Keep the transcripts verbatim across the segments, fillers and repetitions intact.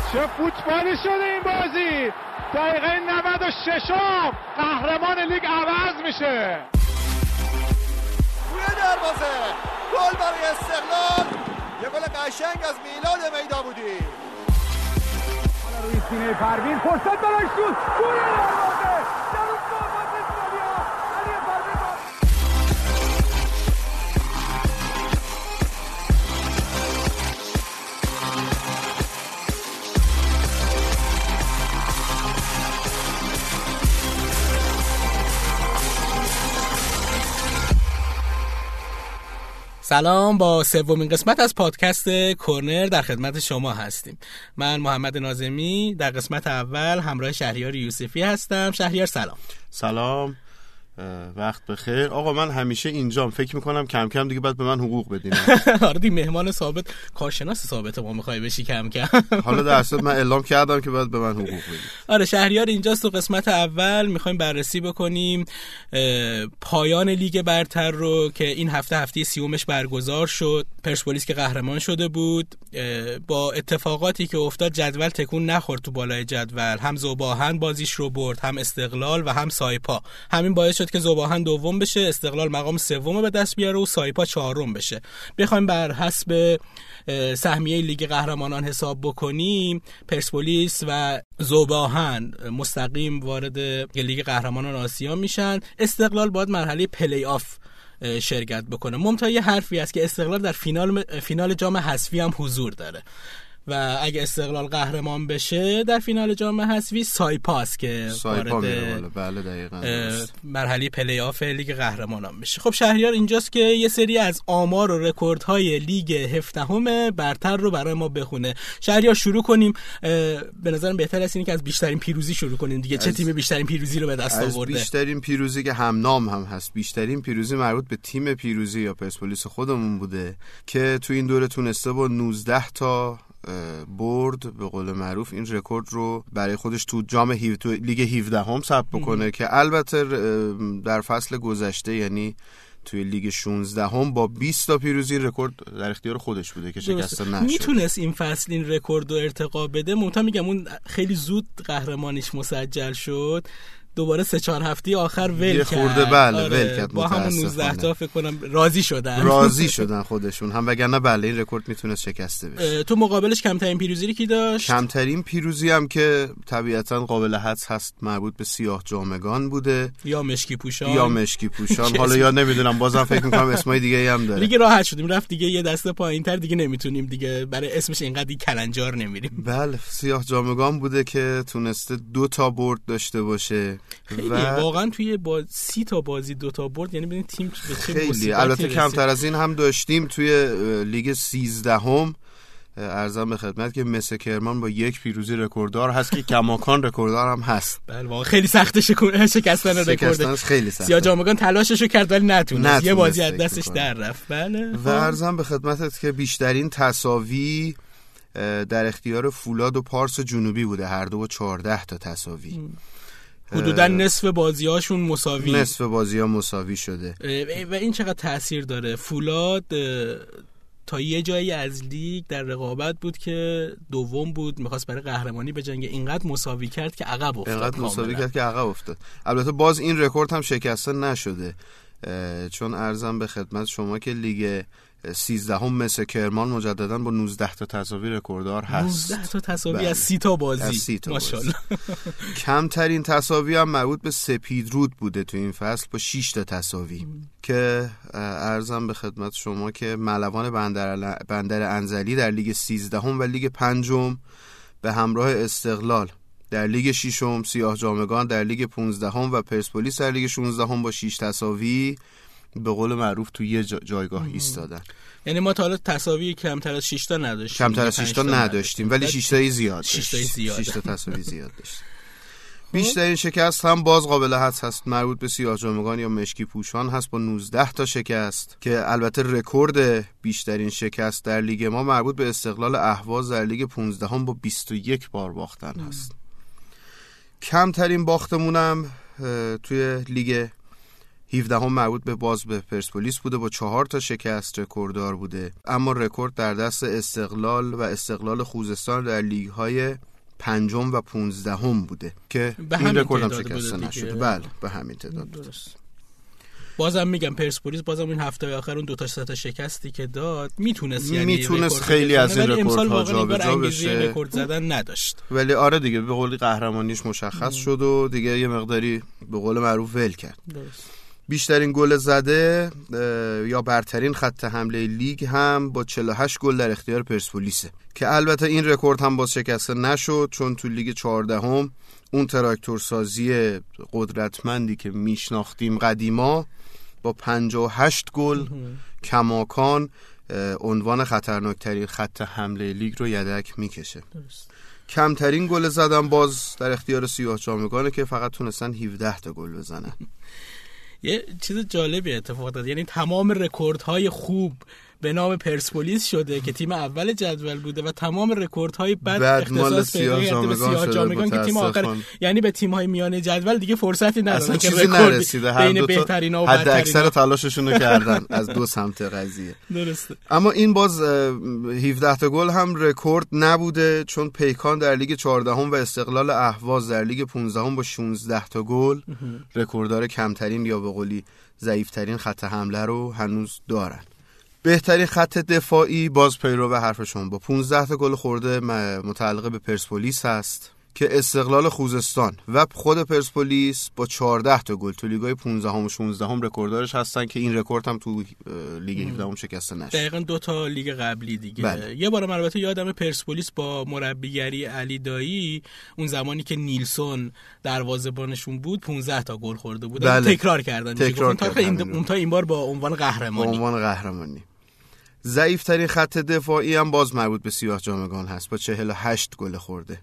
چه فوتبالی شده این بازی. دقیقه نود و شش قهرمان لیگ عوض میشه. روی دروازه گل برای استقلال. یه گل قشنگ از میلاد میدابودی. حالا روی سینه پروین فرصت برای شوت. روی دروازه. در اون محمد اسلامی علی پروین. سلام، با سومین قسمت از پادکست کورنر در خدمت شما هستیم. من محمد ناظمی در قسمت اول همراه شهریار یوسفی هستم. شهریار سلام. سلام، وقت بخیر. آقا من همیشه اینجام، فکر میکنم کم کم دیگه باید به من حقوق بدین. آره دی، مهمان ثابت، کارشناس ثابت ما میخوای بشی کم کم. حالا در اصل من اعلام کردم که باید به من حقوق بدین. آره شهریار اینجاست. تو قسمت اول میخوایم بررسی بکنیم پایان لیگ برتر رو که این هفته هفته سیومش برگزار شد. پرسپولیس که قهرمان شده بود، با اتفاقاتی که افتاد جدول تکون نخورد تو بالای جدول. هم ذوب‌آهن بازیش رو برد، هم استقلال و هم سایپا. همین باعث شد که ذوب‌آهن دوم بشه، استقلال مقام سوم به دست بیاره و سایپا چهارم بشه. بخوایم بر حسب سهمیه لیگ قهرمانان حساب بکنیم، پرسپولیس و ذوب‌آهن مستقیم وارد لیگ قهرمانان آسیا میشن. استقلال باید مرحله پلی آف شرکت بکنه. ممتاز یه حرفی است که استقلال در فینال فینال جام حذفی هم حضور داره و اگه استقلال قهرمان بشه در فینال جام حذفی سایپاست که سایپا وارد بله دقیقاً مرحله پلی آف لیگ قهرمانان میشه. خب شهریار اینجاست که یه سری از آمار و رکوردهای لیگ هفدهم برتر رو برای ما بخونه. شهریار شروع کنیم. به نظرم بهتر است اینه که از بیشترین پیروزی شروع کنیم دیگه. چه تیم بیشترین پیروزی رو به دست آورده؟ از بیشترین پیروزی که هم نام هم هست. بیشترین پیروزی مربوط به تیم پیروزی یا پرسپولیس خودمون بوده که تو این دوره تونسته با نوزده تا برد به قول معروف این رکورد رو برای خودش تو جام هیو تو لیگ هفده هم ثبت بکنه که البته در فصل گذشته یعنی توی لیگ شانزده هم با بیست تا پیروزی رکورد در اختیار خودش بوده که شکسته نشد. میتونست این فصل این رکورد رو ارتقا بده. منتها میگم اون خیلی زود قهرمانیش مسجل شد، دوباره سه چهار هفته آخر ول کرد. خورده بله آره. ول کرد. با همون نوزده تا فکر کنم راضی شدن. راضی شدن خودشون هم، وگرنه بله این رکورد میتونست شکسته بشه. تو مقابلش کمترین پیروزی کی داشت؟ کمترین پیروزی هم که طبیعتا قابل حدس هست مربوط به سیاه جامگان بوده یا مشکی پوشان یا مشکی پوشان. حالا یا نمیدونم، بازم فکر میکنم اسمای دیگه هم داره. دیگه راحت شدیم، رفت دیگه یه دسته پایینتر دیگه نمیتونیم دیگه برای اسمش اینقدر کلنجار نمیریم. بله سیاه جامگان بوده که تونسته دو تا برد داشته باشه. خیلی و واقعا توی با سی تا بازی دو تا برد، یعنی ببین تیم به چه خیلی. البته کمتر از این هم داشتیم توی لیگ سیزده هم. عرضم به خدمت که مس کرمان با یک پیروزی رکورددار هست که کماکان رکورددار هم هست. بله واقعا خیلی سخته شکستن رکورد. خیلی سخته. سیاه جامگان تلاششو کرد ولی نتونست، یه بازی از دستش در رفت. بله و عرضم به خدمتت که بیشترین تساوی در اختیار فولاد و پارس جنوبی بوده، هر دو با چهارده تا تساوی. حدوداً نصف بازی‌هاشون مساوی نصف بازی‌ها مساوی شده. و این چقدر تأثیر داره. فولاد تا یه جایی از لیگ در رقابت بود که دوم بود، می‌خواست برای قهرمانی بجنگه، اینقدر مساوی کرد که عقب افتاد. اینقدر مساوی کرد که عقب افتاد. البته باز این رکورد هم شکسته نشده، چون عرضم به خدمت شما که لیگ سیزده هم مثل کرمان مجددا با نوزده تا تساوی رکورددار هست. نوزده تا تساوی بله. از سی تا بازی سی تا ماشاءالله. کمترین تساوی هم مربوط به سپیدرود بوده تو این فصل با شش تا تساوی م. که عرضم به خدمت شما که ملوان بندر بندر انزلی در لیگ سیزده هم و لیگ پنجم به همراه استقلال در لیگ ششم، سیاه جامگان در لیگ پانزده هم و پرسپولیس در لیگ شانزده هم با شش تساوی به قول معروف تو یه جا جایگاه ایستادن. یعنی ما تا حالا تساوی کمتر از شش تا نداشتیم. کمتر از شش تا نداشتیم ولی شش تایی زیاد داشتیم. شش تایی زیاد. شش تا تساوی زیاد داشتیم. بیشترین شکست هم باز قابل حدس هست مربوط به سیاه جامگان یا مشکی پوشان هست با نوزده تا شکست که البته رکورد بیشترین شکست در لیگ ما مربوط به استقلال اهواز در لیگ پانزده هم با بیست و یک بار باختن هست. کمترین باختمونم توی لیگ هفدهم مربوط به باز به پرسپولیس بوده با چهار تا شکست رکورددار بوده، اما رکورد در دست استقلال و استقلال خوزستان در لیگ‌های پنجم و پونزدهم بوده که این رکورد هم شکسته نشده. بله به همین تعداد درست. بازم میگم پرسپولیس بازم این هفته آخر اون دو تا سه تا شکستی که داد میتونست یعنی میتونست خیلی از این رکوردها جابجا بشه، رکورد زدن نداشت. ولی آره دیگه به قولی قهرمانیش مشخص ام. شد و دیگه یه مقداری به قول معروف ول کرد. درست. بیشترین گل زده یا برترین خط حمله لیگ هم با چهل و هشت گل در اختیار پرسپولیسه که البته این رکورد هم باز شکسته نشد، چون تو لیگ چهاردهم اون تراکتورسازی قدرتمندی که میشناختیم قدیما با پنجاه و هشت گل کماکان عنوان خطرناکترین خط حمله لیگ رو یدک میکشه. درست. کمترین گل زدن باز در اختیار سیاه جامگانه که فقط تونستن هفده تا گل بزنن. یه چیز جالبی اتفاق افتاد، یعنی تمام رکوردهای خوب به نام پرسپولیس شده که تیم اول جدول بوده و تمام رکوردهای بد اختصاص پیدا کرده به سیاه جامگان که تیم آخر، یعنی به تیم‌های میانه جدول دیگه فرصتی نداشتن که رکورد بین بهترینا و بدترینا حد اکثر تلاششون رو کردن از دو سمت قضیه. درسته. اما این باز هفده تا گل هم رکورد نبوده، چون پیکان در لیگ چهاردهم و استقلال اهواز در لیگ پانزدهم با شانزده تا گل رکورددار کمترین یا به قولی ضعیف‌ترین خط حمله رو هنوز دارن. بهترین خط دفاعی باز پیرو به حرف شما با پانزده تا گل خورده متعلق به پرسپولیس هست که استقلال خوزستان و خود پرسپولیس با چهارده تا گل تو لیگ‌های پانزدهم و شانزدهم رکورددارش هستن که این رکورد هم تو لیگ هفدهم شکسته نشد. دقیقاً دو تا لیگ قبلی دیگه. بله. یه بارم البته یادم پرسپولیس با مربیگری علی دایی اون زمانی که نیلسون دروازه‌بانشون بود پانزده تا گل خورده بود. بله. تکرار کردن. تکرار تا این اون تا این بار با عنوان قهرمانی. با عنوان قهرمانی. ضعیف‌ترین خط دفاعی هم باز مربوط به سیاه جامگان هست با چهل و هشت گل خورده.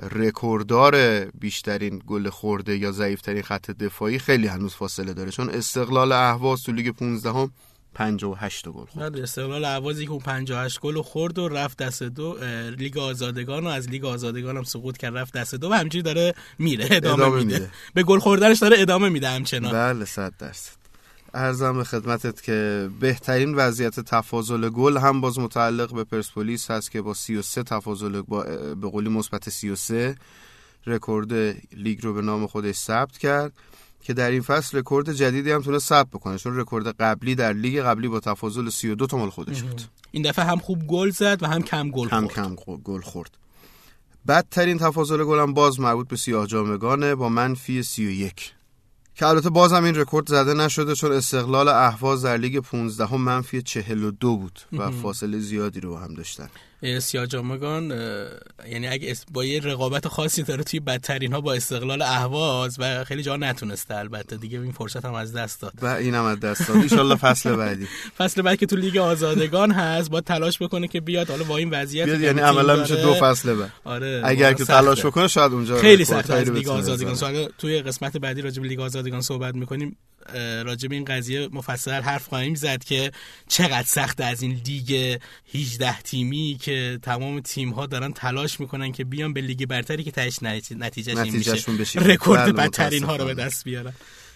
رکورددار بیشترین گل خورده یا ضعیف‌ترین خط دفاعی خیلی هنوز فاصله داره، چون استقلال اهواز تو لیگ پانزدهم پنجاه و هشت گل خورد. نه استقلال اهوازی که پنجاه و هشت گل خورد و رفت دست دو لیگ آزادگان و از لیگ آزادگان هم سقوط کرد رفت دست دو و همینجوری داره میره ادامه, ادامه میده. میده به گل خوردنش داره ادامه میده همچنان. بله صد درصد. عرضم به خدمتت که بهترین وضعیت تفاضل گل هم باز متعلق به پرسپولیس هست که با سی و سه تفاضل با به قولی مثبت سی و سه رکورد لیگ رو به نام خودش ثبت کرد که در این فصل رکورد جدیدی هم تونه ثبت بکنه، چون رکورد قبلی در لیگ قبلی با تفاضل سی و دو تا مال خودش بود. این دفعه هم خوب گل زد و هم کم گل خورد. هم کم گل خورد. بدترین تفاضل گل هم باز مربوط به سیاه جامگانه با منفی سی و یک که البته باز هم این رکورد زده نشده، چون استقلال اهواز در لیگ پانزدهم منفی چهل و دو بود و فاصله زیادی رو هم داشتن. سیاه جامگان یعنی اگه با یه رقابت خاصی داره توی بدترین ها با استقلال اهواز و خیلی جا نتونسته، البته دیگه این فرصت هم از دست داد و اینم از دست داد. ان شاءالله فصل بعدی فصل بعد که تو لیگ آزادگان هست با تلاش بکنه که بیاد حالا با این وضعیت بیاد، یعنی عملا میشه دو فصل بعد. آره اگر که تلاش بکنه شاید اونجا خیلی سخت از لیگ آزادگان. سوال توی قسمت بعدی راجع به لیگ آزادگان صحبت می‌کنیم، راجع به این قضیه مفصل حرف خواهیم زد که چقدر سخت از این لیگ هجده تیمی که تمام تیم‌ها دارن تلاش میکنن که بیان به لیگ برتری که تهش نتیجهش این میشه رکورد بدترین ها رو به دست بیارن.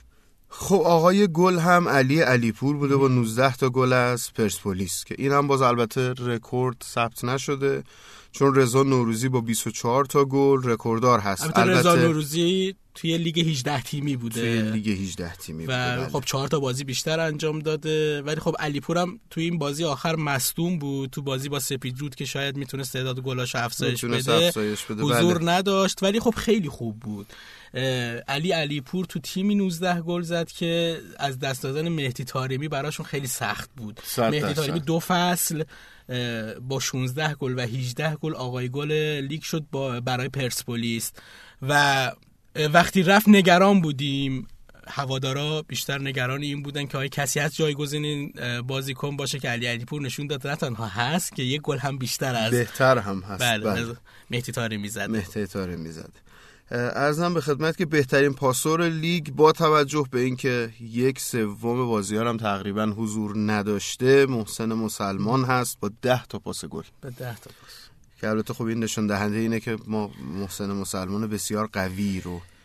خب آقای گل هم علی علیپور بوده با نوزده تا گل از پرسپولیس که این هم باز البته رکورد ثبت نشده، چون رضا نوروزی با بیست و چهار تا گل رکورددار هست. البته رضا نوروزی توی لیگ هجده تیمی بوده، توی لیگ هجده تیمی و بوده خب چهار تا بازی بیشتر انجام داده، ولی خب علیپور هم توی این بازی آخر مصدوم بود، تو بازی با سپیدرود که شاید میتونه تعداد گلاشو افزایش بده, بده حضور بله. نداشت، ولی خب خیلی خوب بود. علی علیپور تو تیمی نوزده گل زد که از دست دادن مهدی طارمی براشون خیلی سخت بود. مهدی طارمی دو فصل با شانزده گل و هجده گل آقای گل لیگ شد با برای پرسپولیس و وقتی رفت نگران بودیم، هوادارا بیشتر نگران این بودن که آیا کسی هست جایگزین بازیکن باشه که علی علیپور نشون داد نه تنها هست که یک گل هم بیشتر از بهتر هم هست. بله, بله. مهدی طارمی زد. مهدی طارمی زد. عرضم به خدمت که بهترین پاسور لیگ با توجه به اینکه یک سوم بازی‌ها هم تقریبا حضور نداشته محسن مسلمان هست با ده تا پاس گل. به ده تا پاس. که البته خب این نشون دهنده اینه که ما محسن مسلمان بسیار قوی رو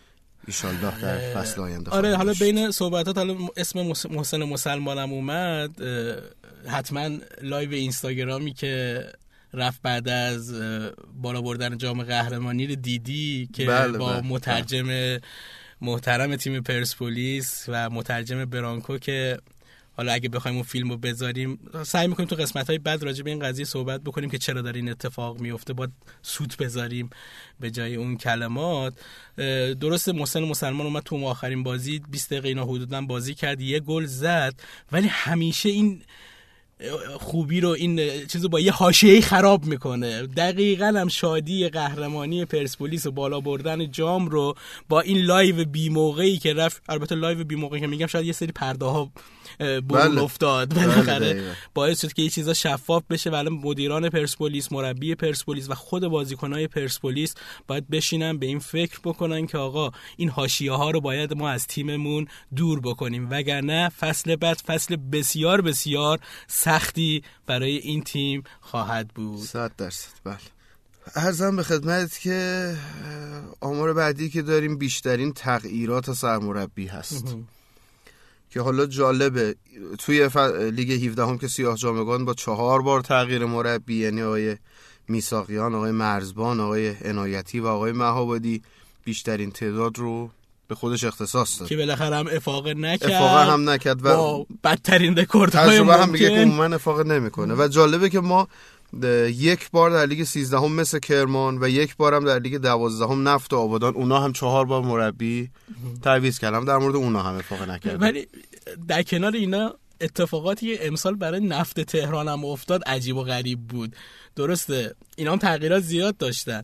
ایشالله در فصل آینده. آره حالا بین صحبتات حالا اسم محسن مسلمانم اومد، حتما لایو اینستاگرامی که رفت بعد از بالا بردن جام قهرمانی رو دیدی که بله با بله مترجم بله. محترم تیم پرسپولیس و مترجم برانکو که حالا اگه بخوایم اون فیلمو بذاریم سعی میکنیم تو قسمت‌های بعد راجع به این قضیه صحبت بکنیم که چرا داره این اتفاق میفته، باید سوت بذاریم به جای اون کلمات. درسته محسن مسلمان اومد تو آخرین بازی بیست دقیقه اینا حدوداً بازی کرد، یه گل زد، ولی همیشه این خوبی رو این چیزو با یه حاشیه‌ای خراب میکنه. دقیقاً هم شادی قهرمانی پرسپولیس و بالا بردن جام رو با این لایو بی موقعی که رفت، البته لایو بی موقعی که میگم شاید یه سری پرده ها برون بله. افتاد بالاخره بله باعث شد که یه چیزا شفاف بشه و الان مدیران پرسپولیس، مربی پرسپولیس و خود بازیکن‌های پرسپولیس باید بشینن به این فکر بکنن که آقا این حاشیه‌ها رو باید ما از تیممون دور بکنیم، وگرنه فصل بعد فصل بسیار بسیار سختی برای این تیم خواهد بود. صد درصد بله. عرضم به خدمت که آمار بعدی که داریم بیشترین تغییرات سرمربی هست که حالا جالبه توی ف... لیگ هفده هم که سیاه جامگان با چهار بار تغییر مربی، یعنی آقای میساقیان، آقای مرزبان، آقای عنایتی و آقای مهابادی بیشترین تعداد رو به خودش اختصاص داد که بالاخره هم افاقه نکرد، افاقه هم نکرد و با بدترین رکوردهای ممکن هم بگه که عموما افاقه نمیکنه. و جالبه که ما یک بار در لیگ سیزده هم مثل کرمان و یک بار هم در لیگ دوازده هم نفت و آبادان، اونا هم چهار بار مربی تعویض کردم، در مورد اونا هم افاقه نکردم. ولی در کنار اینا اتفاقاتی امسال برای نفت تهران هم افتاد عجیب و غریب بود. درسته اینا هم تغییرات زیاد داشتن،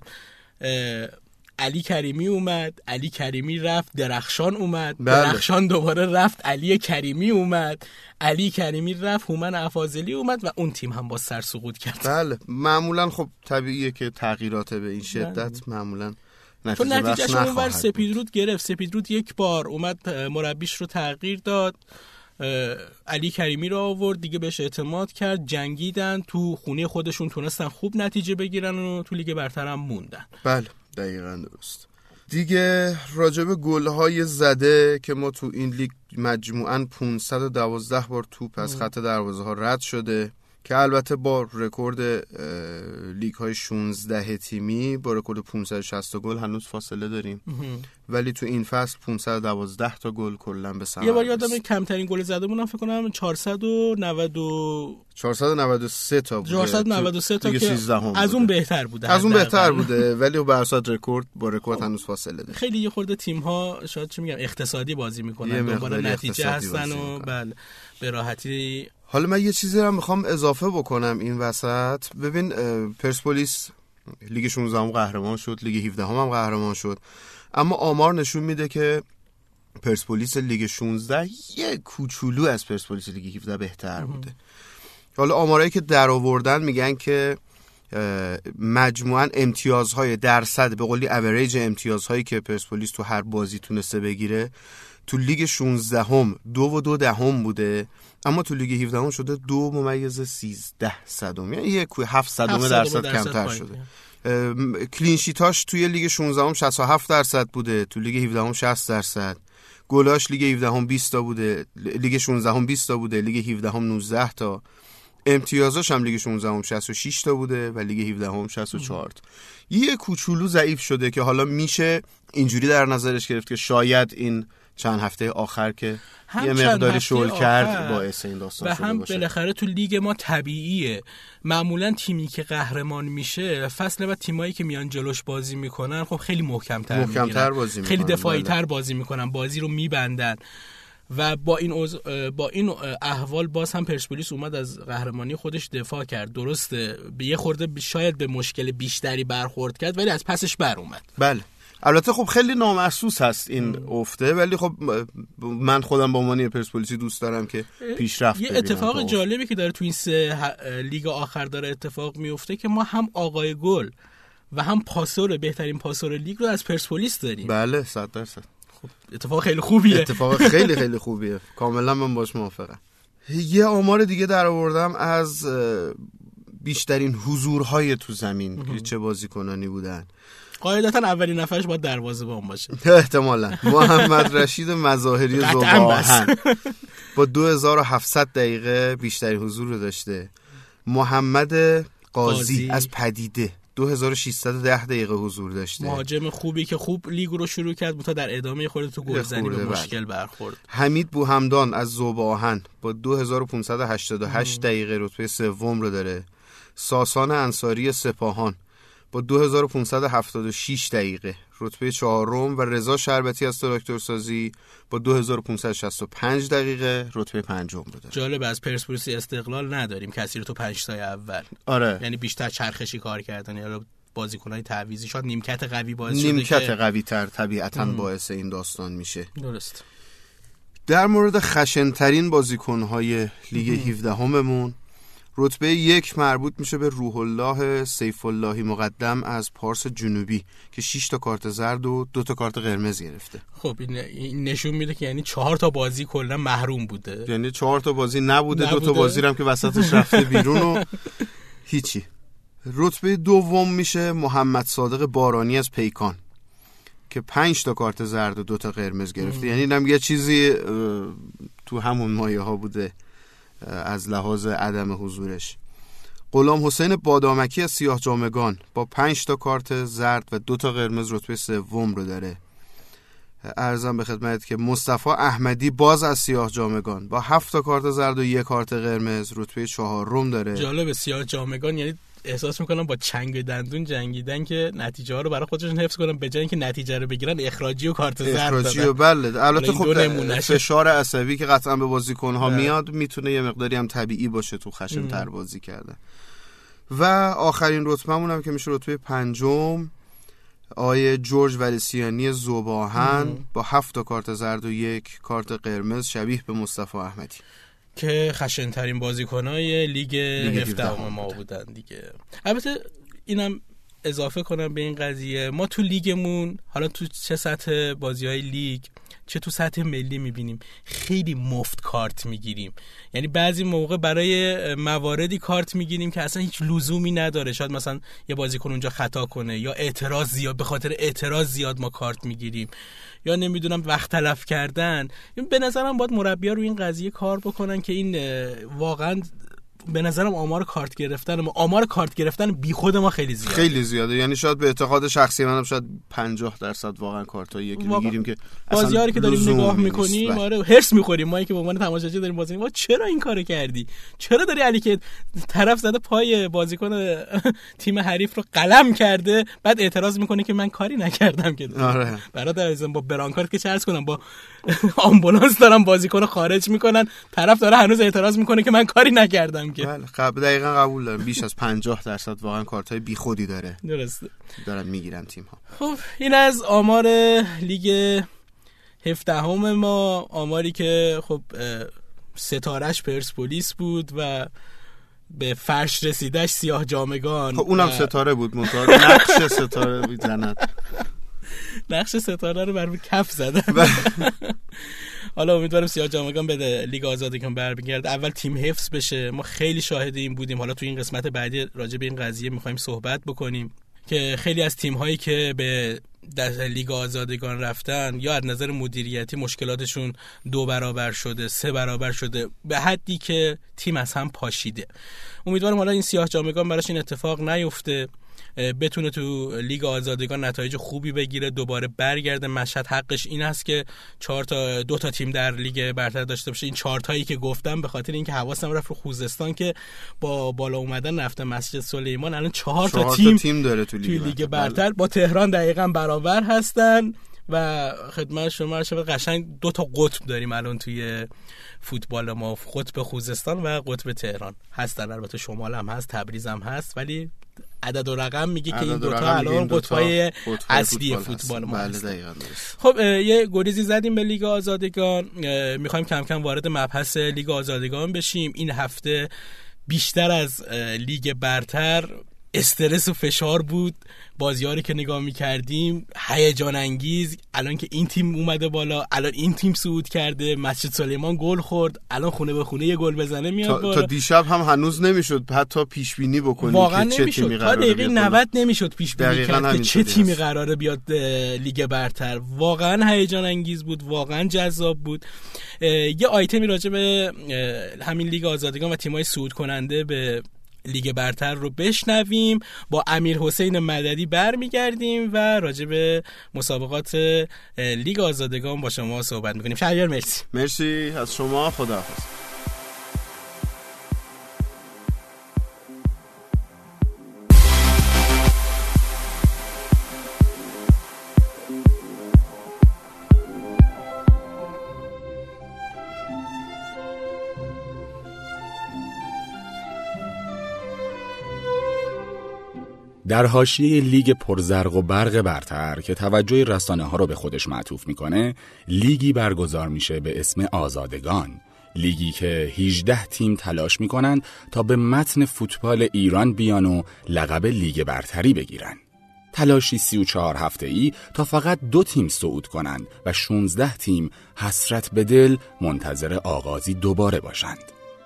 علی کریمی اومد، علی کریمی رفت، درخشان اومد، بله. درخشان دوباره رفت، علی کریمی اومد، علی کریمی رفت، هومن افاضلی اومد و اون تیم هم با سر سقوط کرد. بله معمولا خب طبیعیه که تغییرات به این شدت بله. معمولا نتیجه بخش نخواهد بود. اونور سپیدرود گرفت، سپیدرود یک بار اومد مربیش رو تغییر داد، علی کریمی رو آورد، دیگه بهش اعتماد کرد، جنگیدن تو خونه خودشون، تونستن خوب نتیجه بگیرن و تو لیگ برتر هم موندن. بله دقیقاً درست. دیگه راجب گل‌های زده که ما تو این لیگ مجموعاً پانصد و دوازده بار توپ از خط دروازه ها رد شده که البته با رکورد لیگ های شانزده تیمی با رکورد پانصد و شصت گل هنوز فاصله داریم، ولی تو این فصل پانصد و دوازده تا گل کلا به ثمر. یه بار یادم کمترین گل زده بودم فکر کنم چهارصد و نود چهارصد و نود و سه تا بوده، چهارصد و نود و سه تا که از اون بهتر بوده، از اون بهتر بوده ولی به اساس رکورد با رکورد هنوز فاصله داره. خیلی یه خورده تیم ها شاید چی میگم اقتصادی بازی میکنن، دنبال نتیجه هستن و بله به راحتی. حالا من یه چیزی رو میخوام اضافه بکنم این وسط. ببین پرسپولیس لیگ شانزده هم قهرمان شد، لیگ هفده هم, هم قهرمان شد، اما آمار نشون میده که پرسپولیس لیگ شانزده یه کوچولو از پرسپولیس لیگ هفده بهتر بوده. حالا آمارایی که در آوردن میگن که مجموعاً امتیازهای درصد به قولی اوریج امتیازهایی که پرسپولیس تو هر بازی تونسته بگیره تو لیگ شانزده هم دو و دو دهم بوده، اما تو لیگ هفده هم شده دو ممیز سیزده صدم، یعنی یک هفت صدم درصد کمتر شده. کلینشیتاش توی لیگ شانزده هم شصت و هفت درصد بوده، تو لیگ هفده هم شصت درصد. گلاش لیگ هفده هم بیست تا بوده، لیگ شانزده هم بیست تا بوده، لیگ هفده هم نوزده تا. امتیازاش هم لیگ شانزده هم شصت و شش تا بوده و لیگ هفده هم شصت و چهار تا. یه کوچولو ضعیف شده که حالا میشه اینجوری در نظرش گرفت که شاید این چند هفته آخر که یه مقداری شل کرد باعث این داستان شده باشه. و هم بالاخره تو لیگ ما طبیعیه، معمولا تیمی که قهرمان میشه فصل بعد تیمایی که میان جلوش بازی میکنن خب خیلی محکم‌تر محکم‌تر بازی میکنن، خیلی دفاعی‌تر بازی میکنن، بازی رو میبندن و با این اوز... با این احوال باز هم پرسپولیس اومد از قهرمانی خودش دفاع کرد. درسته به یه خورده شاید به مشکل بیشتری برخورد کرد ولی از پسش بر اومد. بله البته خب خیلی نامحسوس هست این افته، ولی خب من خودم به عنوان پرسپولیسی دوست دارم که پیشرفت ببینم. یه اتفاق جالبی که داره تو این سه لیگ آخر داره اتفاق میفته که ما هم آقای گل و هم پاسور بهترین پاسور لیگ رو از پرسپولیس داریم. بله صد درصد. خب اتفاق خیلی خوبیه. اتفاق خیلی خیلی خوبیه. کاملا من باش موافقم. یه آمار دیگه در آوردم از بیشترین حضورهای تو زمین که چه بازیکنانی بودن. قاعدتا اولین نفرش باید دروازه‌بان باشه احتمالاً. محمد رشید مظاهری زوباهن با دو هزار و هفتصد دقیقه بیشترین حضور رو داشته. محمد قاضی, قاضی از پدیده دو هزار و ششصد و ده دقیقه حضور داشته. مهاجم خوبی که خوب لیگ رو شروع کرد تا در ادامه خورده تو گلزنی به مشکل برخورد. حمید بوهمدان از ذوب‌آهن با دو هزار و پانصد و هشتاد و هشت دقیقه رتبه سوم رو داره. ساسان انصاری سپاهان با دو هزار و پانصد و هفتاد و شش دقیقه رتبه چهارم و رضا شربتی از تراکتورسازی با دو هزار و پانصد و شصت و پنج دقیقه رتبه پنجم رو داره. جالب، از پرسپولیس استقلال نداریم کسی رو تو پنج تای اول. آره، یعنی بیشتر چرخشی کار کردن یا بازیکنای تعویضی، شاید نیمکت قوی باعث شده نیمکت که... قوی تر طبیعتاً باعث این داستان میشه. درست. در مورد خشن‌ترین بازیکن‌های لیگ هفدهممون رتبه یک مربوط میشه به روح الله سیف اللهی مقدم از پارس جنوبی که شش تا کارت زرد و دو تا کارت قرمز گرفته. خب این نشون میده که یعنی چهار تا بازی کلا محروم بوده، یعنی چهار تا بازی نبوده, نبوده. دو تا بازی هم که وسطش رفته بیرون و هیچی. رتبه دوم میشه محمد صادق بارانی از پیکان که پنج تا کارت زرد و دو تا قرمز گرفته. یعنی اینم یه چیزی تو همون مایه ها بوده از لحاظ عدم حضورش. غلام حسین بادامکی از سیاه جامگان با پنج تا کارت زرد و دو تا قرمز رتبه سوم رو داره. عرضم به خدمت که مصطفی احمدی باز از سیاه جامگان با هفت تا کارت زرد و یک کارت قرمز رتبه چهارم داره. جالب، سیاه جامگان یعنی احساس میکنم با چنگ دندون جنگیدن که نتیجه ها رو برای خودشون حفظ کنن، به جای اینکه نتیجه رو بگیرن اخراجی و کارت زرد دادن. اخراجی و بله، البته خب فشار عصبی که قطعا به بازیکن ها میاد میتونه یه مقداری هم طبیعی باشه تو خشن تر بازی کردن. و آخرین رتبه‌مون هم که میشه رتبه پنجم، آیه جورج ولیسیانی ذوب‌آهن با هفت تا کارت زرد و یک کارت قرمز شبیه به مصطفی احمدی که خشن‌ترین بازیکن‌های لیگ هفدهم ما بودن دیگه. البته اینم اضافه کنم به این قضیه، ما تو لیگمون حالا تو چه سطح بازی‌های لیگ چه تو سطح ملی می‌بینیم خیلی مفت کارت می‌گیریم. یعنی بعضی موقع برای مواردی کارت می‌گیریم که اصلا هیچ لزومی نداره. شاید مثلا یه بازیکن اونجا خطا کنه یا اعتراض زیاد، به خاطر اعتراض زیاد ما کارت می‌گیریم، یا نمیدونم وقت تلف کردن. به نظرم باید مربی‌ها رو این قضیه کار بکنن که این واقعا به نظرم آمار کارت گرفتن ما آمار کارت گرفتن بیخود ما خیلی زیاده خیلی زیاده. یعنی شاید به اعتقاد شخصی منم شاید پنجاه درصد واقعا کارتایی که میگیریم که بازیاری که داریم نگاه میکنیم آره هرس میخوریم ما که به عنوان تماشاچی داریم بازی می‌کنیم، چرا این کارو کردی؟ چرا داری علی که طرف زده پای بازیکن تیم حریف رو قلم کرده بعد اعتراض میکنه که من کاری نکردم که آره برادر عزیزم با برانکارت که چه عرض کنم با آمبولانس دارن بازیکن خارج میکنن، طرف داره هنوز اعتراض میکنه که من کاری نکردم که بله قبل دقیقاً قبول دارم. بیش از پنجاه درصد واقعا کارتای بیخودی داره درسته دارن میگیرن تیم ها. خب این از آمار لیگ هفدهم ما، آماری که خب ستارهش پرسپولیس بود و به فرش رسیدش سیاه جامگان. خب اونم و... ستاره بود منتها نقش ستاره بود زند نقش ستاره رو بر کف زدن. حالا امیدوارم سیاه جامگان به لیگ آزادگان برمیگرده، اول تیم حفظ بشه. ما خیلی شاهد این بودیم، حالا تو این قسمت بعدی راجع به این قضیه می‌خوایم صحبت بکنیم که خیلی از تیم‌هایی که به در لیگ آزادگان رفتن یا از نظر مدیریتی مشکلاتشون دو برابر شده، سه برابر شده، به حدی که تیم از هم پاشیده. امیدوارم حالا این سیاه جامگان براش این اتفاق نیفته، بتونه تو لیگ آزادگان نتایج خوبی بگیره، دوباره برگرده. مشهد حقش این است که چهار تا دو تا تیم در لیگ برتر داشته باشه. این چهار تایی که گفتم به خاطر اینکه حواسم رفت رو خوزستان که با بالا اومدن رفته مسجد سلیمان الان چهار, چهار تا تیم, تیم داره تو لیگ, تو لیگ برتر, برتر با تهران دقیقاً برابر هستن و خدمت شما شما قشنگ دو تا قطب داریم الان توی فوتبال ما، قطب خوزستان و قطب تهران هستن. البته شمال هم هست، تبریز هم هست، ولی عدد و رقم میگه که این دوتا الان قطبای اصلی فوتبال ما هستن. خب یه گریزی زدیم به لیگ آزادگان، میخوایم کم کم وارد مبحث لیگ آزادگان بشیم. این هفته بیشتر از لیگ برتر استرس و فشار بود، بازیاری که نگاه می‌کردیم هیجان انگیز. الان که این تیم اومده بالا، الان این تیم صعود کرده، مسجد سلیمان گل خورد، الان خونه به خونه یه گل بزنه میاد تا, بالا. تا دیشب هم هنوز نمیشد حتی پیش بینی بکنیم واقعا که چه نمیشد. تیمی تا قراره دقیقه بیاد نود نمیشد پیش بینی کرد که چه تیمی هست. قراره بیاد لیگ برتر. واقعا هیجان انگیز بود، واقعا جذاب بود. یه آیتمی راجع به همین لیگ آزادگان و تیم‌های صعود کننده به لیگ برتر رو بشنویم. با امیر حسین مددی برمیگردیم و راجع به مسابقات لیگ آزادگان با شما صحبت میکنیم. شهریار مرسی. مرسی از شما، خداحافظ. در حاشیه لیگ پرزرق و برق برتر که توجه رسانه ها رو به خودش معطوف میکنه، لیگی برگزار میشه به اسم آزادگان. لیگی که هجده تیم تلاش میکنن تا به متن فوتبال ایران بیان و لقب لیگ برتری بگیرن. تلاشی سی و چهار هفته ای تا فقط دو تیم صعود کنند و شانزده تیم حسرت به دل منتظر آغازی دوباره باشند.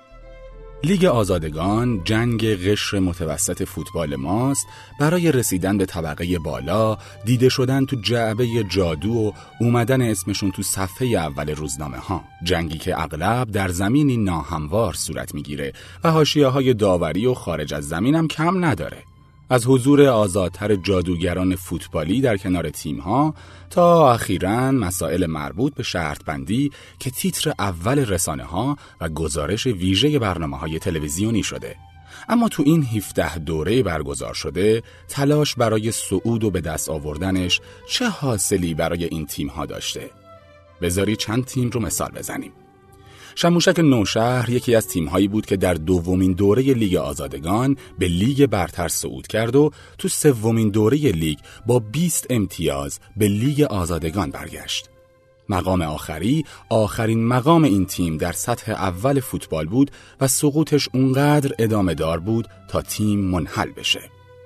لیگ آزادگان جنگ قشر متوسط فوتبال ماست برای رسیدن به طبقه بالا، دیده شدن تو جعبه جادو و اومدن اسمشون تو صفحه اول روزنامه ها. جنگی که اغلب در زمینی ناهموار صورت میگیره و حاشیه‌های داوری و خارج از زمین هم کم نداره. از حضور آزادتر جادوگران فوتبالی در کنار تیم‌ها تا اخیراً مسائل مربوط به شرط بندی که تیتر اول رسانه‌ها و گزارش ویژه برنامه‌های تلویزیونی شده. اما تو این هفده دوره برگزار شده، تلاش برای صعود و به دست آوردنش چه حاصلی برای این تیم‌ها داشته؟ بذاری چند تیم رو مثال بزنیم. شموشک نوشهر یکی از تیم‌هایی بود که در دومین دوره لیگ آزادگان به لیگ برتر صعود کرد و تو سومین دوره لیگ با بیست امتیاز به لیگ آزادگان برگشت. مقام آخری آخرین مقام این تیم در سطح اول فوتبال بود و سقوطش اونقدر ادامه دار بود تا تیم منحل بشه.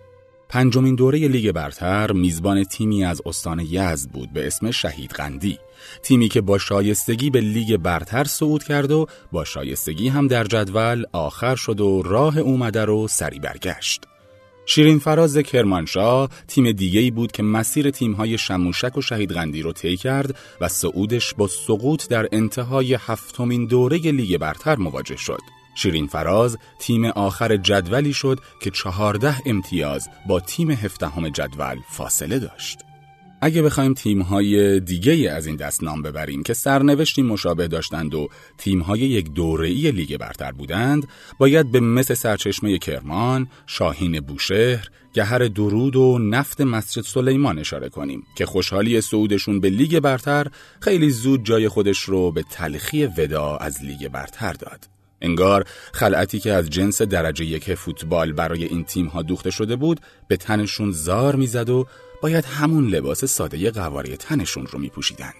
پنجمین دوره لیگ برتر میزبان تیمی از استان یزد بود به اسم شهید قندی، تیمی که با شایستگی به لیگ برتر صعود کرد و با شایستگی هم در جدول آخر شد و راه اومده رو سری برگشت. شیرین فراز کرمانشاه تیم دیگه‌ای بود که مسیر تیم‌های شموشک و شهید قندی رو طی کرد و صعودش با سقوط در انتهای هفتمین دوره لیگ برتر مواجه شد. شیرین فراز تیم آخر جدولی شد که چهارده امتیاز با تیم هفدهم جدول فاصله داشت. اگه بخوایم تیم‌های دیگه‌ای از این دست نام ببریم که سرنوشتی مشابه داشتند و تیم‌های یک دوره‌ای لیگ برتر بودند، باید به مثل سرچشمه کرمان، شاهین بوشهر، گهر درود و نفت مسجد سلیمان اشاره کنیم که خوشحالی صعودشون به لیگ برتر خیلی زود جای خودش رو به تلخی وداع از لیگ برتر داد. انگار خلعتی که از جنس درجه یک فوتبال برای این تیم‌ها دوخته شده بود به تنشون زار میزد و باید همون لباس ساده قواره تنشون رو میپوشیدند.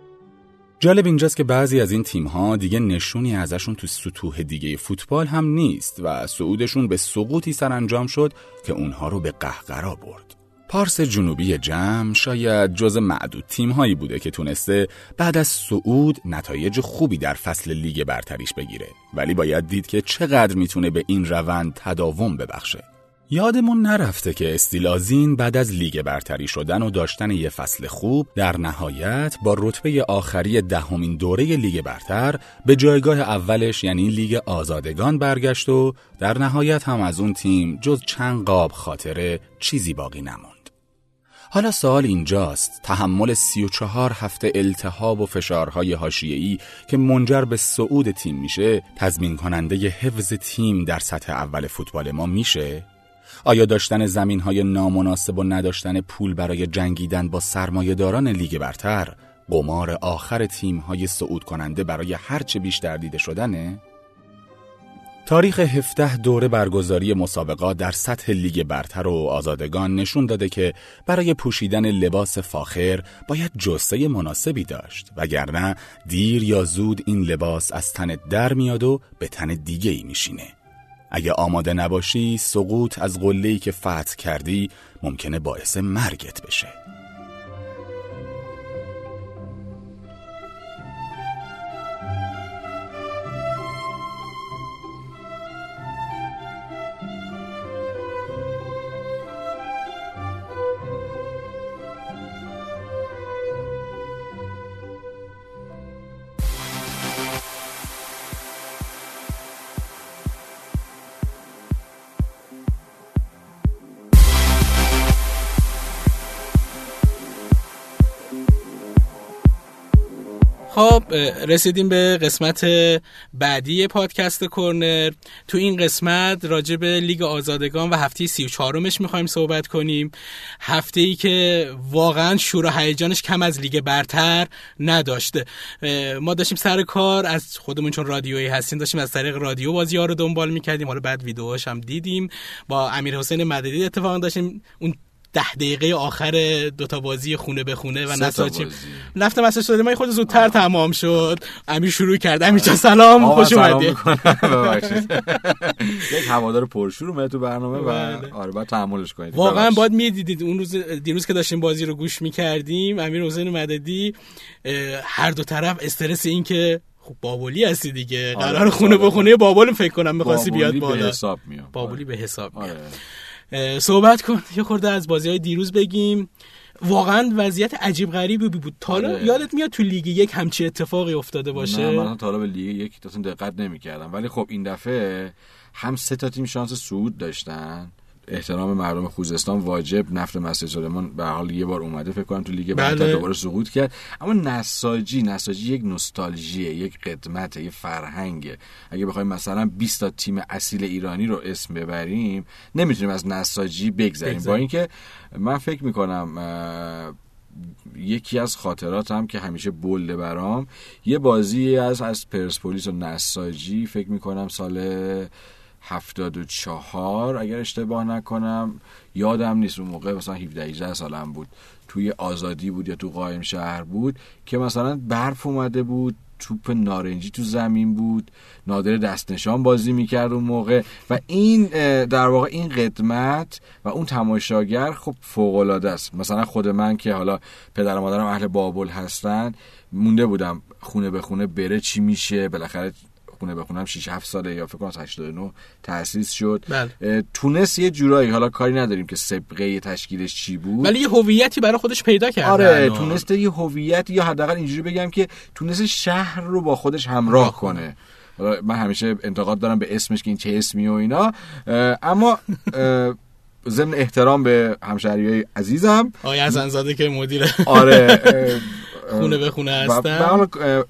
جالب اینجاست که بعضی از این تیم‌ها دیگه نشونی ازشون تو سطوح دیگه فوتبال هم نیست و صعودشون به سقوطی سرانجام شد که اونها رو به قهقرا برد. پارس جنوبی جم شاید جز معدود تیم‌هایی بوده که تونسته بعد از صعود نتایج خوبی در فصل لیگ برتریش بگیره، ولی باید دید که چقدر میتونه به این روند تداوم ببخشه. یادمون نرفته که استیلازین بعد از لیگ برتری شدن و داشتن یه فصل خوب در نهایت با رتبه آخری دهمین دوره لیگ برتر به جایگاه اولش یعنی لیگ آزادگان برگشت و در نهایت هم از اون تیم جز چند قاب خاطره چیزی باقی نموند. حالا سوال اینجاست، تحمل سی و چهار هفته التهاب و فشارهای حاشیه‌ای که منجر به صعود تیم میشه تضمین کننده ی حفظ تیم در سطح اول فوتبال ما میشه؟ آیا داشتن زمین‌های نامناسب و نداشتن پول برای جنگیدن با سرمایه‌داران لیگ برتر قمار آخر تیم‌های صعود کننده برای هرچه بیشتر دیده شدنه؟ تاریخ هفده دوره برگزاری مسابقات در سطح لیگ برتر و آزادگان نشون داده که برای پوشیدن لباس فاخر باید جثه مناسبی داشت، وگرنه دیر یا زود این لباس از تن در میاد و به تن دیگه‌ای میشینه. اگه آماده نباشی سقوط از قله‌ای که فتح کردی ممکنه باعث مرگت بشه. خب رسیدیم به قسمت بعدی پادکست کورنر. تو این قسمت راجع به لیگ آزادگان و هفته سی و چهارمش میخوایم صحبت کنیم. هفته‌ای که واقعا شور و هیجانش کم از لیگ برتر نداشته. ما داشتیم سر کار از خودمون، چون رادیویی هستیم، داشتیم از طریق رادیو بازی‌ها رو دنبال میکردیم. حالا بعد ویدیوهاش هم دیدیم. با امیرحسین مددی اتفاقا داشتیم اون ده دقیقه آخر دوتا بازی خونه به خونه و نساجی رفتم مساج شده من خود زودتر تمام شد. امیر شروع کرد. امیر جان سلام، خوش اومدی. ببخشید یک هوادار پرشور اومد تو برنامه و آره باید تحملش کنید. واقعا باید میدیدید اون روز دیروز که داشتیم بازی رو گوش میکردیم، امیر حسین مددی هر دو طرف استرس این که خب بابولی هستی دیگه، قرار خونه به خونه بابول فکر کنم می‌خواستی بیاد بالا. بابولی به حساب میاد. صحبت کن یه خورده از بازی‌های دیروز بگیم. واقعا وضعیت عجیب غریبی بود. تا حالا یادت میاد تو لیگ یک همچین اتفاقی افتاده باشه؟ نه من تا حالا به لیگ یک اصلا دقت نمی‌کردم، ولی خب این دفعه هم سه تا تیم شانس صعود داشتن. احترام مردم خوزستان واجب. نفت مسجد سلیمان به هر حال یه بار اومده فکر کنم تو لیگ برتر دوباره سقوط کرد. اما نساجی نساجی یک نوستالژیه، یک قدمته، یک فرهنگه. اگه بخوایم مثلا بیست تا تیم اصیل ایرانی رو اسم ببریم نمیتونیم از نساجی بگذریم. با اینکه من فکر میکنم یکی از خاطراتم که همیشه بولده برام یه بازی از از پرسپولیس و نساجی، فکر میکنم سال هفتاد و چهار اگر اشتباه نکنم، یادم نیست اون موقع مثلا هفده هجده سالم بود، توی آزادی بود یا تو قائم شهر بود که مثلا برف اومده بود، توپ نارنجی تو زمین بود، نادر دست نشان بازی میکرد اون موقع و این در واقع این قدمت و اون تماشاگر خب فوق‌العاده است. مثلا خود من که حالا پدر و مادرم اهل بابل هستن، مونده بودم خونه به خونه بره چی میشه. بالاخره خونه بخونم شش هفت ساله یا فکر کنم هشتاد و نه تأسیس شد. تونس یه جورایی، حالا کاری نداریم که سابقه تشکیلش چی بود، ولی یه هویتی برای خودش پیدا کرد. آره تونست یه هویت، یا حداقل اینجوری بگم که تونست شهر رو با خودش همراه کنه. من همیشه انتقاد دارم به اسمش که این چه اسمی و اینا، اما ضمن احترام به همشهریای عزیزم آقای حسن‌زاده که مدیر آره خونه به خونه هستن،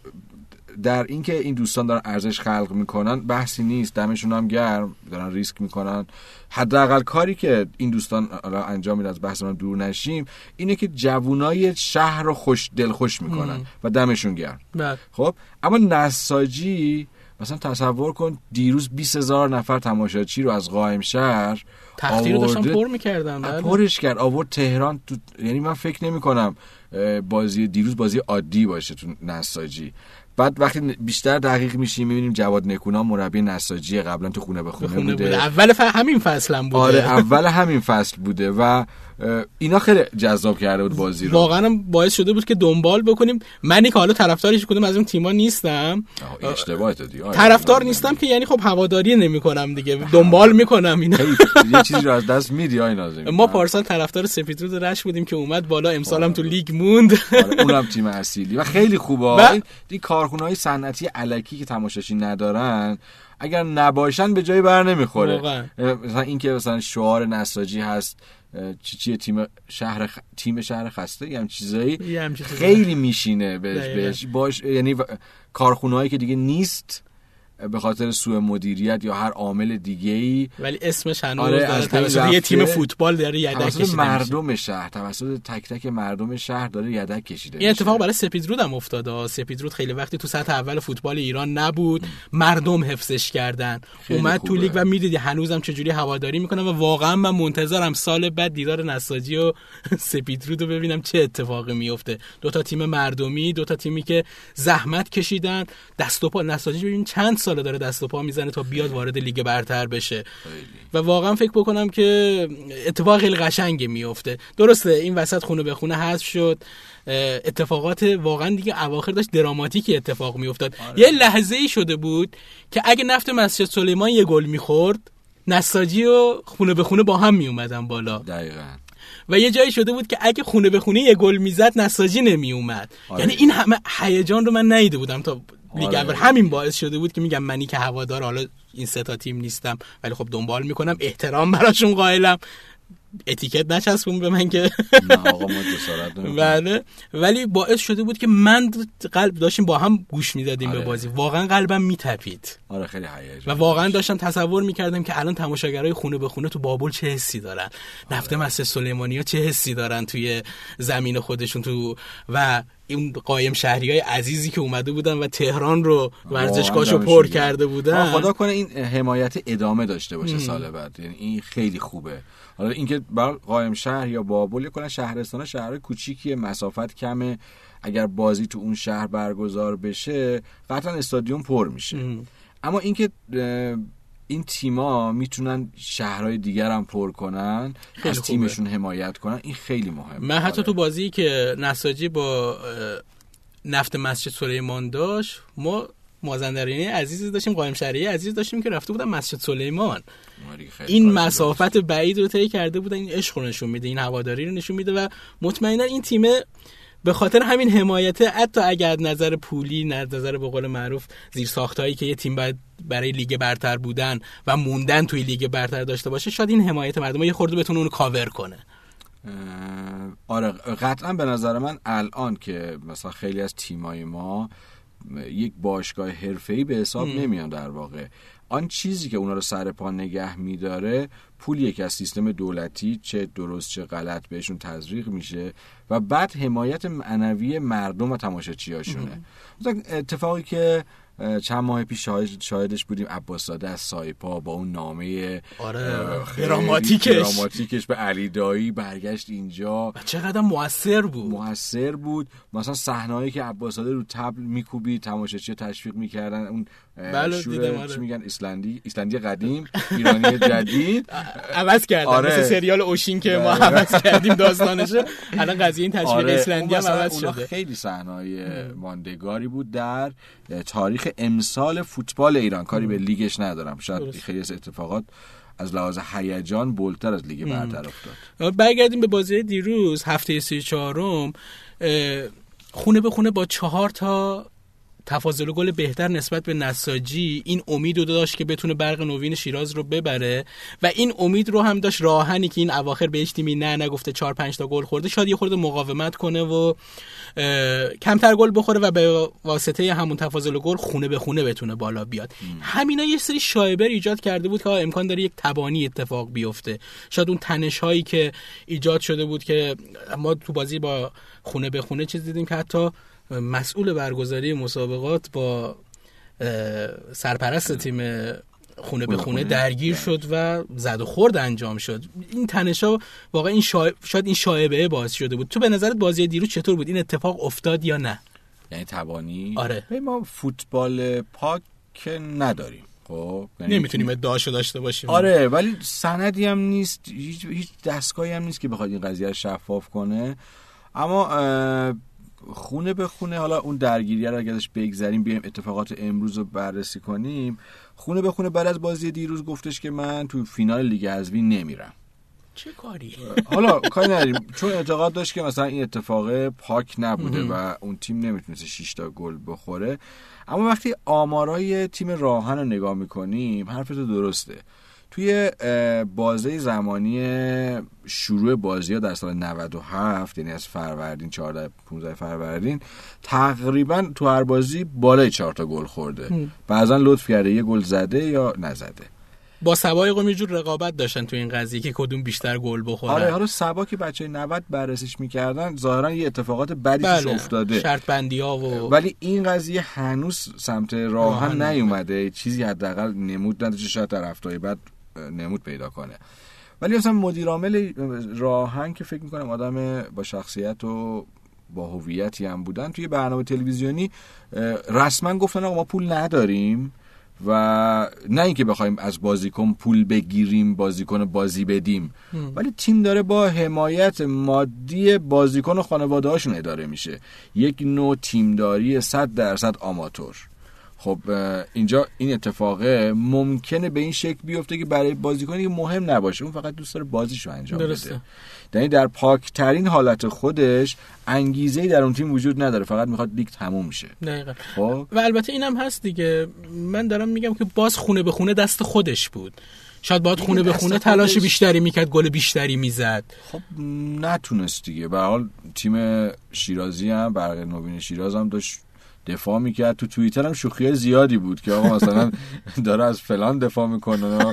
در اینکه این دوستان دارن ارزش خلق میکنن بحثی نیست، دمشون هم گرم، دارن ریسک میکنن. حداقل کاری که این دوستان انجام میدن، از بحث من دور نشیم، اینه که جوونای شهر رو خوش دل خوش میکنن و دمشون گرم. خب اما نساجی مثلا تصور کن دیروز بیست هزار نفر تماشاچی رو از قائم شهر تختی رو داشتن پر میکردن، پرش کرد آورد تهران تو. یعنی من فکر نمی کنم بازی دیروز بازی عادی باشه تو نساجی. بعد وقتی بیشتر دقیق میشیم میبینیم جواد نکونا مربی نساجی قبلا تو خونه به خونه, خونه بوده. بوده اول ف... همین فصل هم بوده. آره اول همین فصل بوده و اینا خیلی جذاب کرده بود بازی رو. واقعا باعث شده بود که دنبال بکنیم. منی که حالا طرفدارش کدوم از اون تیم‌ها نیستم، اشتباهه دیگه، طرفدار نیستم که یعنی خب هواداری نمیکنم دیگه، دنبال میکنم اینا. یه چیزی رو از دست میدی آی ناظم. ما پارسال طرفدار سپیدرود رشت بودیم که اومد بالا، امسال هم تو لیگ موند. آره اونم تیم اصیلی و خیلی خوبه. این این کارخونه‌های صنعتی الکی که تماشاچی ندارن اگر نباشن به جایی بر نمیخوره. مثلا این که مثلا شعار نساجی هست چی چیه تیم شهر خ... تیم شهر خسته یا هم چیزایی خیلی میشینه بهش, بهش باش. یعنی کارخونه‌هایی که دیگه نیست به خاطر سوء مدیریت یا هر عامل دیگه‌ای، ولی اسمش هنوز آره داره توسط یه تیم فوتبال داره یدک کشیده میشه. مردم شهر، توسط تک تک مردم شهر داره یدک کشیده این اتفاق برای سپیدرود هم افتاده. سپیدرود خیلی وقتی تو سطح اول فوتبال ایران نبود، م. مردم حفظش کردن، اومد خوبه. تو لیگ و میدیدی هنوزم چجوری هواداری میکنن و واقعا من منتظرم سال بعد دیدار نساجی و سپیدرود رو ببینم چه اتفاقی میفته. دو تا تیم مردمی، دو تا تیمی که زحمت کشیدن، دست و پا. نساجی ببین چند سال داره دست و پا میزنه تا بیاد وارد لیگ برتر بشه و واقعا فکر بکنم که اتفاق خیلی قشنگی میفته. درسته این وسط خونه به خونه حذف شد، اتفاقات واقعا دیگه اواخر داشت دراماتیکی اتفاق میافتاد. یه لحظه‌ای شده بود که اگه نفت مسجد سلیمان یه گل میخورد، نساجی و خونه به خونه با هم می اومدن بالا. دقیقاً. و یه جایی شده بود که اگه خونه به خونه یه گل میزد نساجی نمی اومد. آره. یعنی این همه هیجان رو من ندیده بودم تا لیگ آره. اول. همین باعث شده بود که میگم منی که هوادار حالا این سه تا تیم نیستم ولی خب دنبال میکنم، احترام براشون قائلم، اتیکت نچسبون به من که نه آقا ما جسارت نمی‌کنیم. بله، ولی باعث شده بود که من قلب داشتیم با هم گوش میدادیم آره. به بازی، واقعا قلبم میتپید. آره خیلی هیجان و واقعا داشتم تصور میکردم که الان تماشاگرای خونه به خونه تو بابل چه حسی دارن، آره. نفت مسجد سلیمانی‌ها چه حسی دارن توی زمین خودشون تو و این قایم شهریای عزیزی که اومده بودن و تهران رو ورزشگاهشو پر کرده بودن. خدا کنه این حمایت ادامه داشته باشه سال بعد، یعنی این خیلی خوبه. حالا اینکه برای قایم شهر یا بابل کلا شهرستان شهر کوچیکیه، مسافت کمه، اگر بازی تو اون شهر برگزار بشه قطعا استادیوم پر میشه. ام. اما اینکه این تیما میتونن شهرهای دیگر هم پر کنن، از تیمشون حمایت کنن، این خیلی مهمه. من حتی تو بازی که نساجی با نفت مسجد سلیمان داشت، ما مازندرانی عزیزی داشتیم، قائم شهری عزیز داشتیم که رفته بودن مسجد سلیمان. این مسافت بعید رو طی کرده بودن، این عشق رو نشون میده، این هواداری رو نشون میده و مطمئنا این تیم به خاطر همین حمایت، حتی اگر نظر پولی، نظر به قول معروف زیر ساختایی که یه تیم باید برای لیگ برتر بودن و موندن توی لیگ برتر داشته باشه، شاید این حمایت مردم یه خورده بتونه اون رو کاور کنه. آره قطعا به نظر من الان که مثلا خیلی از تیمای ما یک باشگاه حرفه‌ای به حساب نمیان، در واقع آن چیزی که اونا رو سر پا نگه میداره پولیه که از سیستم دولتی چه درست چه غلط بهشون تزریق میشه و بعد حمایت معنوی مردم و تماشاچیاشونه. مثلا اتفاقی که چند ماه پیش شاهدش بودیم، عباس‌زاده از سایپا با اون نامه آره دراماتیکش دراماتیکش به علی دایی برگشت اینجا، چقدر موثر بود موثر بود. مثلا صحنه‌ای که عباس‌زاده رو تبل میکوبید، تماشاچی تشویق میکردن، اون بله دیدم. چی میگن ایسلندی ایسلندی قدیم ایرانی جدید عوض کردن. آره. مثل سریال اوشین که ما عوض کردیم داستانشه، الان قضیه این تشویق آره. ایسلندی هم عوض شده. خیلی صحنه‌های ماندگاری بود در تاریخ امسال فوتبال ایران. کاری به لیگش ندارم، شاید خیلی از اتفاقات از لحاظ هیجان بولتر از لیگ برتر افتاد. برگردیم به بازی دیروز، هفته سی و چهارم، خونه به خونه با چهار تا تفاضل گل بهتر نسبت به نساجی این امید رو داشت که بتونه برق نوین شیراز رو ببره و این امید رو هم داشت راهنی که این اواخر به هیچ تیمی نه نگفته، چهار پنج تا گل خورده، شاید یه خورده مقاومت کنه و کمتر گل بخوره و به واسطه همون تفاضل گل خونه به خونه بتونه بالا بیاد. ام. همینا یه سری شایبه ایجاد کرده بود که امکان داره یک تبانی اتفاق بیفته. شاید اون تنش هایی که ایجاد شده بود که ما تو بازی با خونه به خونه چیز دیدیم که حتی مسئول برگزاری مسابقات با سرپرست تیم خونه به خونه درگیر شد و زد و خورد انجام شد. این تنش‌ها واقعا این شاید این شایعه باعث شده بود. تو به نظرت بازی دیروز چطور بود؟ این اتفاق افتاد یا نه؟ یعنی تبانی؟ آره. ما فوتبال پاک نداریم. خب نمیتونیم ادعاشو داشته باشیم. آره ولی سندی هم نیست، هیچ هیچ دستگاهی هم نیست که بخواد این قضیه رو شفاف کنه. اما خونه به خونه، حالا اون درگیری رو اگه ازش بگذریم بیایم اتفاقات امروز رو بررسی کنیم، خونه به خونه بعد از بازی دیروز گفتش که من تو فینال لیگ حذفی نمیرم. چه کاری؟ حالا کاری نداریم، چون اعتقاد داشت که مثلا این اتفاق پاک نبوده و اون تیم نمیتونست شش تا گل بخوره. اما وقتی آمارای تیم راهن رو نگاه میکنیم حرفت درسته. توی بازه زمانی شروع بازی‌ها در سال نود و هفت، یعنی از فروردین چهارده پانزده فروردین، تقریبا تو هر بازی بالای چهار تا گل خورده. بعضا لطف کرده یه گل زده یا نزده. با سبا یه جور رقابت داشتن تو این قضیه که کدوم بیشتر گل بخوره. آره حالا سبا که بچهای نود بررسیش می‌کردن ظاهرا یه اتفاقات بدی توش بله. افتاده، شرط بندی‌ها و ولی این قضیه هنوز سمت راهن نیومده، چیزی حداقل نمود نداشته، شاید در هفته‌های بعد نمود پیدا کنه. ولی مثلا مدیر عامل راهن که فکر میکنم آدم با شخصیت و با هویتی هم بودن، توی برنامه تلویزیونی رسما گفتن آقا ما پول نداریم و نه اینکه بخوایم از بازیکن پول بگیریم بازیکن بازی بدیم هم. ولی تیم داره با حمایت مادی بازیکن و خانواده هاشون اداره میشه، یک نوع تیمداری صد درصد آماتور. خب اینجا این اتفاقه ممکنه به این شکل بیفته که برای بازیکنی مهم نباشه، اون فقط دوست داره بازیشو انجام بده، یعنی در پاکترین حالت خودش انگیزه‌ای در اون تیم وجود نداره، فقط میخواد لیگ تموم شه. دقیقاً. خب و البته اینم هست دیگه، من دارم میگم که باز خونه به خونه دست خودش بود، شاید باید خونه به خونه تلاش خودش... بیشتری میکرد، گل بیشتری میزد. خب نتونست دیگه. به هر حال تیم شیرازی هم برق نوین شیراز هم داشت دفاع میکرد، تو توییتر هم شوخی زیادی بود که آقا مثلا داره از فلان دفاع میکنه.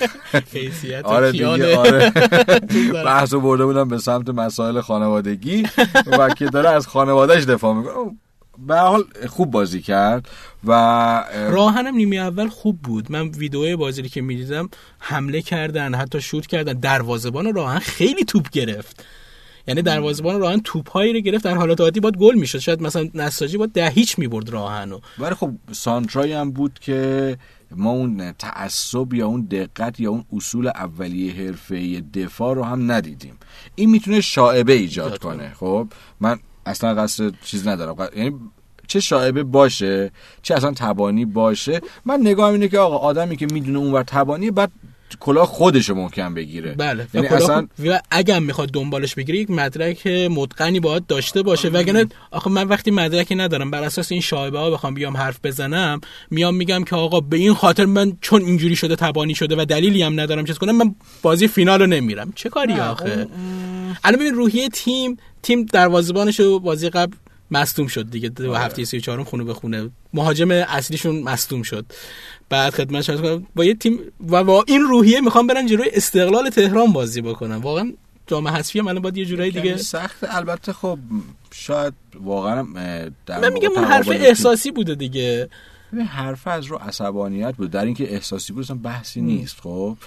حیثیت آره دیگه، آره بحثو برده بودم به سمت مسائل خانوادگی و که داره از خانوادهش دفاع میکنه. به هر حال خوب بازی کرد و راهنم نیمه اول خوب بود. من ویدیوهای بازی رو که میدیدم حمله کردن، حتی شوت کردن، دروازه‌بان راهن خیلی توپ گرفت، یعنی دروازه‌بان راهن توپایی رو گرفت در حالات عادی باید گل میشد، شاید مثلا نساجی باید ده هیچ میبرد راهنو، ولی خب سانترایی هم بود که ما اون تعصب یا اون دقت یا اون اصول اولیه حرفه‌ای دفاع رو هم ندیدیم. این میتونه شائبه ایجاد کنه. خب من اصلا قصد چیز ندارم، یعنی چه شائبه باشه چه اصلا تبانی باشه، من نگاهم اینه که آقا آدمی که میدونه اونور تبانی بعد کلاه خودشو محکم بگیره. بله، یعنی اصلا و اگه میخواد دنبالش بگیره یک مدرک متقنی باید داشته باشه، وگرنه آخه من وقتی مدرکی ندارم بر اساس این شایبه ها بخوام بیام حرف بزنم، میام میگم که آقا به این خاطر من چون اینجوری شده تبانی شده و دلیلی هم ندارم چیز کنم، من بازی فینال رو نمیرم. چه کاری آخه؟ الان ببین روحیه تیم تیم دروازه‌بانشو بازی قبل مصدوم شد دیگه، دو هفته سی و چهارم خونه به خونه مهاجم اصلیشون مصدوم شد. بعد خدمتش عرض کنم با یه تیم و با این روحیه میخوام برن جلوی استقلال تهران بازی بکنن، واقعا جام حذفی هم الان باید یه جورایی دیگه سخت. البته خب شاید واقعا در من میگم اون حرف احساسی بوده دیگه، این حرف از رو عصبانیت بود، در اینکه احساسی بود اصلا بحثی نیست. خب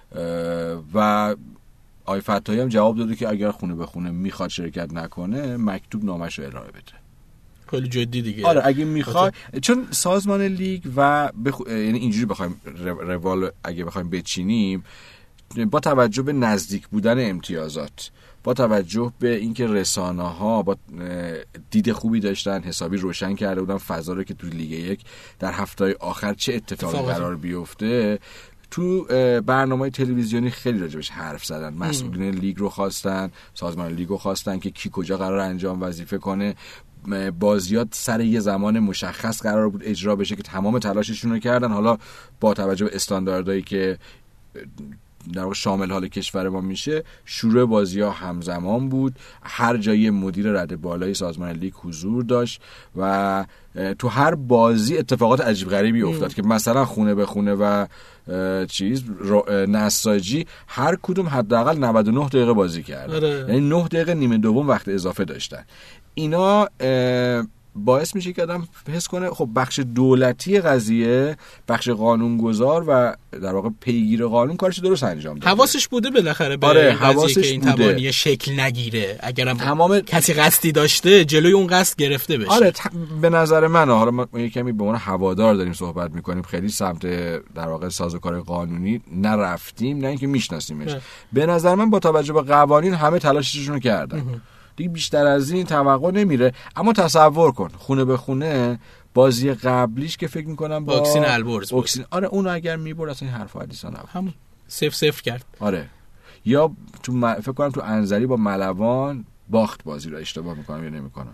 و آی فتاحی هم جواب داده که اگر خونه به خونه میخواد شرکت نکنه مکتوب نامش رو ارائه بده. خیلی جدی دیگه. آره اگه میخوای، چون سازمان لیگ و بخ... یعنی اینجوری بخوایم روال اگه بخوایم بچینیم، با توجه به نزدیک بودن امتیازات، با توجه به اینکه رسانه‌ها با دید خوبی داشتن، حسابی روشن کرده بودن فضا رو که تو لیگ یک در هفته‌های آخر چه اتفاقی قرار بیفته، تو برنامه‌های تلویزیونی خیلی راجبش حرف زدن. مسئولین لیگ رو خواستن، سازمان لیگ رو خواستن که کی کجا قرار انجام وظیفه کنه، بازیات سر یه زمان مشخص قرار بود اجرا بشه که تمام تلاششون رو کردن. حالا با توجه به استانداردهایی که در واقع شامل حال کشور ما میشه، شروع بازی‌ها همزمان بود، هر جایی مدیر رده بالای سازمان لیگ حضور داشت و تو هر بازی اتفاقات عجیب غریبی افتاد که مثلا خونه به خونه و چیز نساجی هر کدوم حداقل نود و نه دقیقه بازی کردن، یعنی نه دقیقه نیمه دوم وقت اضافه داشتن. اینا باعث میشه که آدم حس کنه خب بخش دولتی قضیه، بخش قانونگذار و در واقع پیگیر قانون کارش درست انجام داده. حواسش بوده بالاخره به آره، قضیه که این تبانی شکل نگیره، اگرم تمام کسی قصدی داشته جلوی اون قصد گرفته بشه. آره ت... به نظر من، حالا ما یه کمی به عنوان هوادار داریم صحبت میکنیم، خیلی سمت در واقع سازوکار قانونی نرفتیم، نه اینکه میشناسیمش. به نظر من با توجه به قوانین همه تلاششون رو کردن. دیگه بیشتر از این توقع نمیره. اما تصور کن خونه به خونه بازی قبلیش که فکر میکنم با باکسین البرز باکسین، آره اونو اگر میبرد اصلا این حرفا حدیثا نبود، همون صفر صفر کرد. آره یا تو م... فکر کنم تو انزلی با ملوان باخت بازی رو، اشتباه میکنم یا نمیکنم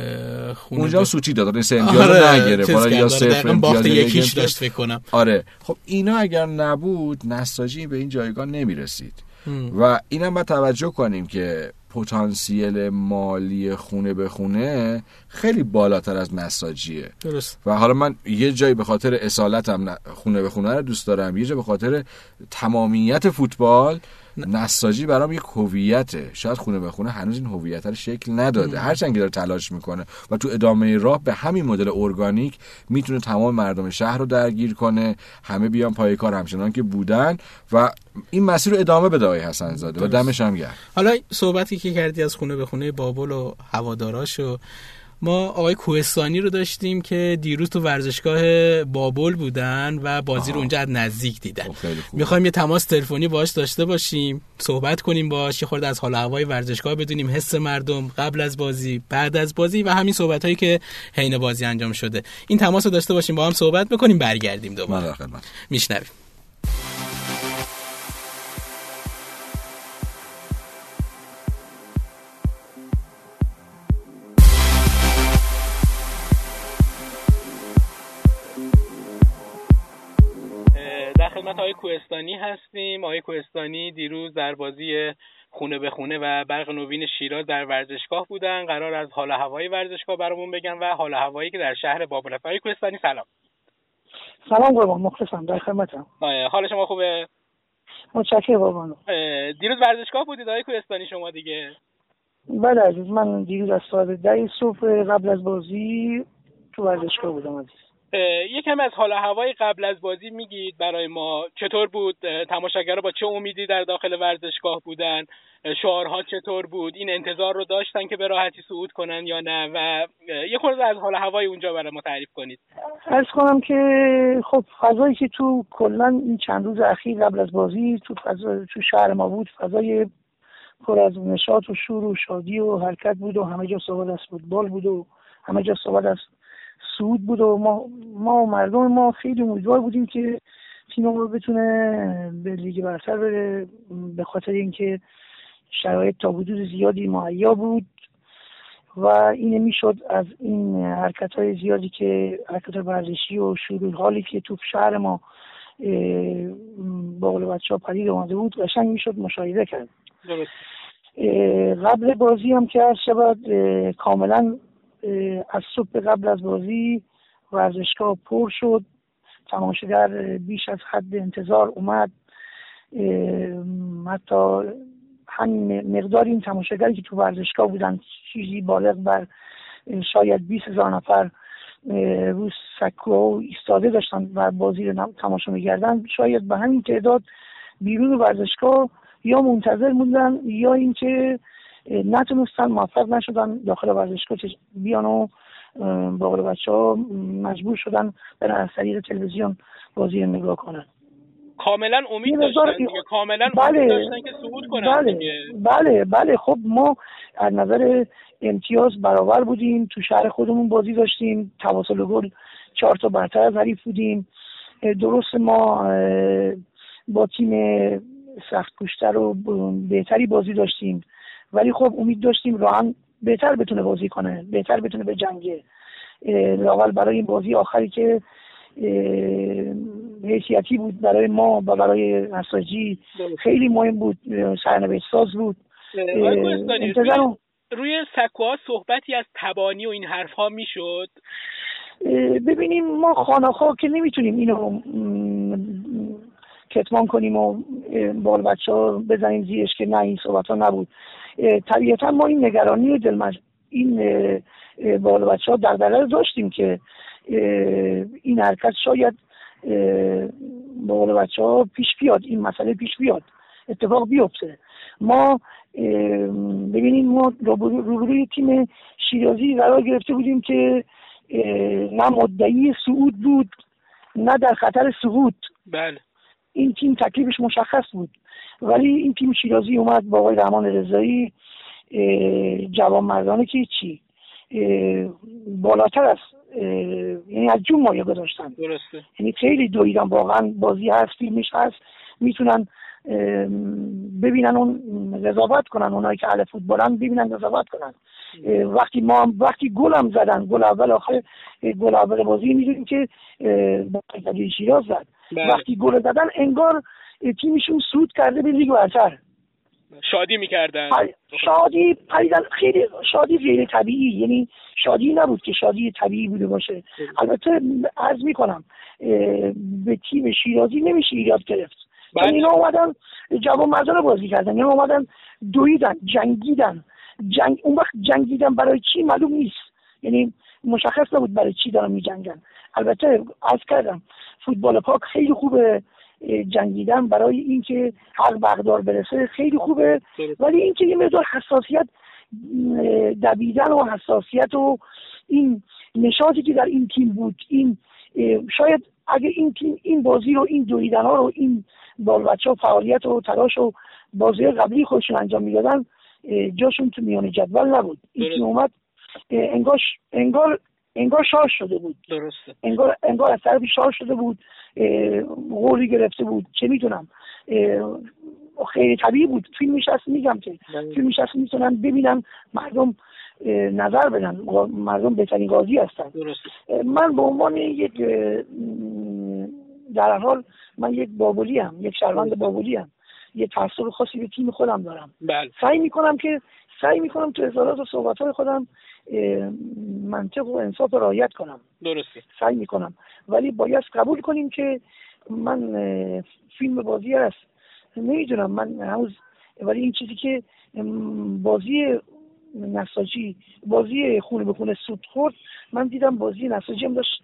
اونجا ب... سوتی داد، سه امتیاز آره نگیره بالا یا صفر باخت یکیش داشت فکر کنم. آره خب اینا اگر نبود نساجی به این جایگاه نمیرسید. و اینم باید توجه کنیم که پتانسیل مالی خونه به خونه خیلی بالاتر از نساجیه. درست. و حالا من یه جایی به خاطر اصالتم خونه به خونه رو دوست دارم، یه جا به خاطر تمامیت فوتبال نساجی برام یک هویته. شاید خونه به خونه هنوز این هویت رو شکل نداده، هرچند که داره تلاش میکنه و تو ادامه راه به همین مدل ارگانیک میتونه تمام مردم شهر رو درگیر کنه، همه بیان پای کار همچنان که بودن و این مسیر رو ادامه بده آقای حسن زاده و دمش هم گرم. حالا صحبتی که کردی از خونه به خونه بابل و هواداراش و ما آقای کوهستانی رو داشتیم که دیروز تو ورزشگاه بابل بودن و بازی رو اونجا از نزدیک دیدن. میخوایم یه تماس تلفنی باهاش داشته باشیم، صحبت کنیم باهاش، یه خورده از حال و هوای ورزشگاه بدونیم، حس مردم قبل از بازی، بعد از بازی و همین صحبتایی که حین بازی انجام شده. این تماس رو داشته باشیم، با هم صحبت بکنیم، برگردیم دوباره. میشنویم. خدمت آقای کوهستانی هستیم. آقای کوهستانی دیروز در بازی خونه به خونه و برق نوین شیراز در ورزشگاه بودن. قرار از حال هوای ورزشگاه برامون بگن و حال هوایی که در شهر بابل است. آقای کوهستانی سلام. سلام قربان، مخلصم، در خدمتم. حال شما خوبه؟ متشکرم قربان. دیروز ورزشگاه بودید آقای کوهستانی شما دیگه؟ بله عزیز، من دیروز از ساعت ده صبح قبل از بازی تو ورزشگاه بودم عزیز. یکم از حال هوای قبل از بازی میگید برای ما؟ چطور بود؟ تماشاگرها با چه امیدی در داخل ورزشگاه بودن؟ شعارها چطور بود؟ این انتظار رو داشتن که به راحتی صعود کنن یا نه؟ و یه خورده از حال هوای اونجا برای ما تعریف کنید. عرض کنم که خب فضایی که تو کلا این چند روز اخیر قبل از بازی تو فضا تو شهر ما بود، فضای پر از نشاط و شور و شادی و حرکت بود و همه جا صحبت از فوتبال بود و همه جا صحبت از صعود بود و ما ما و مردم ما خیلی امیدوار بودیم که تیم رو بتونه به لیگ برتر بره، به خاطر اینکه شرایط تا حدود زیادی مهیا بود و این میشد از این حرکت‌های زیادی که حرکت ورزشی و شروع حالی که تو شهر ما با قول بچه‌ها پدید اومده بود قشنگ میشد مشاهده کرد. قبل بازی هم که از شب کاملا از صبح قبل از بازی ورزشگاه پر شد، تماشاگر بیش از حد انتظار اومد. حتی همین مقدار این تماشاگری که تو ورزشگاه بودن چیزی بالغ بر شاید بیست هزار نفر روی سکوها ایستاده داشتن و بازی رو تماشا می‌کردن. شاید به همین تعداد بیرون ورزشگاه یا منتظر موندن یا اینکه نتونستن، موفق نشدن داخل ورزشگاه بیان و با قول بچه‌ها مجبور شدن برن از طریق تلویزیون بازی رو نگاه کنن. کاملا امید داشتن دیگه، کاملا بله، امید داشتن که صعود کنن بله، دیگه. بله بله خب ما از نظر امتیاز برابر بودیم، تو شهر خودمون بازی داشتیم، تواصل گل چهار تا برتر از حریف بودیم. درست ما با تیم سخت کوشتر و بهتری بازی داشتیم، ولی خب امید داشتیم راهن بهتر بتونه بازی کنه، بهتر بتونه به جنگه. لااقل برای این بازی آخری که حیثیتی بود برای ما و برای نساجی خیلی مهم بود، سرنوشت ساز بود. روی, روی سکوها صحبتی از تبانی و این حرفها میشد؟ ببینیم ما خانه‌ها که نمیتونیم اینو کتمان کنیم و بال بچه ها بزنیم زیرش که نه این صحبت ها نبود. طبیعتا ما این نگرانی و دلمج این بال بچه ها در دلال داشتیم که این حرکت شاید بال بچه ها پیش بیاد، این مسئله پیش بیاد، اتفاق بیفته. ما ببینیم ما روبروی تیم شیرازی قرار گرفته بودیم که نه مدعی صعود بود نه در خطر سقوط. بله، این تیم تکلیفش مشخص بود، ولی این تیم شیرازی اومد با آقای رحمان رضایی جوانمردانه که چی بالاتر از یعنی از جون مایه گذاشتن. درسته، یعنی خیلی دویدن، واقعا بازی هست، فیلمش هست، میتونن ببینن اون قضاوت کنن، اونایی که اهل فوتبالن ببینن قضاوت کنن. وقتی ما وقتی گل هم زدن، گل اول آخر گل اول بازی میدونیم که با قضیه شیراز زد. بله. وقتی گل زدن انگار تیمشون صعود کرده به لیگ برتر، شادی میکردن، شادی پریدن، خیلی شادی غیر طبیعی، یعنی شادی نبود که شادی طبیعی بوده باشه. البته عرض میکنم به تیم شیرازی نمیشه ایراد گرفت، چون اینا اومدن جوان مردان بازی کردن، اینا اومدن دویدن، جنگیدن. جنگ اون وقت جنگیدن برای چی معلوم نیست، یعنی مشخص نبود برای چی دارن میجنگن. البته عرض کردم فوتبال پاک خیلی خوبه، جنگیدن برای اینکه حق به حقدار برسه خیلی خوبه، ولی اینکه یه مقدار حساسیت دویدن و حساسیت و این نشاطی که در این تیم بود، این شاید اگه این تیم این بازی رو، این دویدن ها رو، این بال بچه‌ها فعالیت و تلاش و بازی قبلی خودشون انجام میدادن، جاشون تو میان جدول نبود. این تیم اومد انگار انگار انگار شارژ شده بود. درسته. انگار انگار از طرفی شارژ شده بود، قولی گرفته بود، چه میدونم، خیلی طبیعی بود. فیلمش هست، میگم که فیلمش هست، میتونن ببینن، مردم نظر بدن، مردم بهترین قاضی هستن. درسته. من به عنوان یک در حال من یک بابلی ام، یک شهروند بابلی ام، یه تعصب خاصی به تیم خودم دارم. بله. سعی میکنم که سعی میکنم تو اظهارات و صحبت‌های خودم منطق و انصاف رو رعایت کنم. درسته. سعی میکنم، ولی باید قبول کنیم که من فیلم بازی هست، نمیدونم من هنوز، ولی این چیزی که بازی نساجی، بازی خونه به خونه سود خورد، من دیدم بازی نساجی هم داشت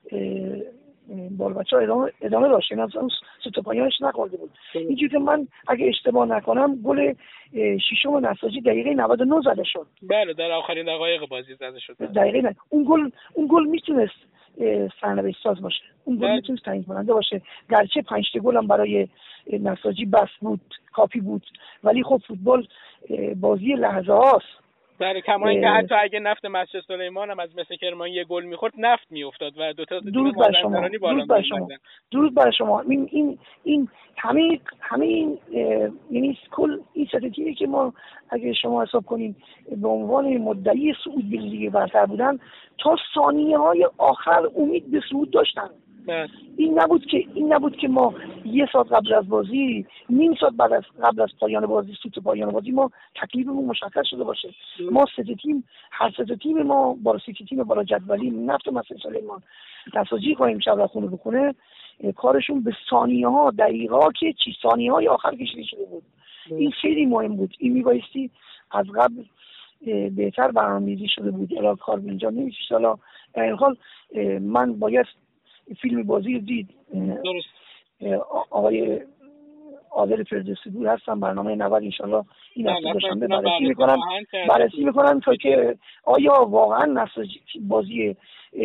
بال بچه ها ادامه, ادامه داشت، یعنی اصلا سوت پایانش نخورده بود. اینجوری که من اگه اشتباه نکنم گل ششم نساجی دقیقه نود و نه زده شد. بله، در آخرین دقایق بازی زده شد. دقیقه نه. اون گل اون گل میتونست سرنوشت ساز باشه، اون گل میتونست تعیین کننده باشه، گرچه پنج تا گل هم برای نساجی بس بود، کافی بود، ولی خب فوتبال بازی لحظه هاست. در کما اینکه حتی اگه نفت مسجد سلیمان هم از مثل کرمان یه گل میخورد، نفت میافتاد و دو تا درود بر شما، درود بر شما، درود بر شما. این این این همه همه این یعنی کل این سه تیمی که ما اگه شما حساب کنین به عنوان مدعی صعود به لیگ برتر بودن، تا ثانیه های آخر امید به صعود داشتن. بس. این نبود که این نبود که ما یه ساعت قبل از بازی، نیم ساعت بعد از قبل از پایان بازی، سوت پایان بازی ما تکلیفمون مشخص شده باشه. ما سه تیم، هر سه تیم ما بالا سه تیم بالا جدولی نفت مسجد سلیمان، نساجی قایم شهر خونه به خونه، کارشون به ثانیه ها، دقیقه ها که چی ثانیه های آخر کشیده شده بود. این خیلی مهم بود. این میبایستی از قبل بهتر برنامه‌ریزی شده بود. الان کار اینجا نمیشه. حالا در این حال من باید فیلم بازی رو دید. درست. آقای عادل فردوسی بود هستم، برنامه نود انشالله این هفته دوشنبه بررسی میکنن بررسی میکنن تا که آیا واقعا نساجی بازی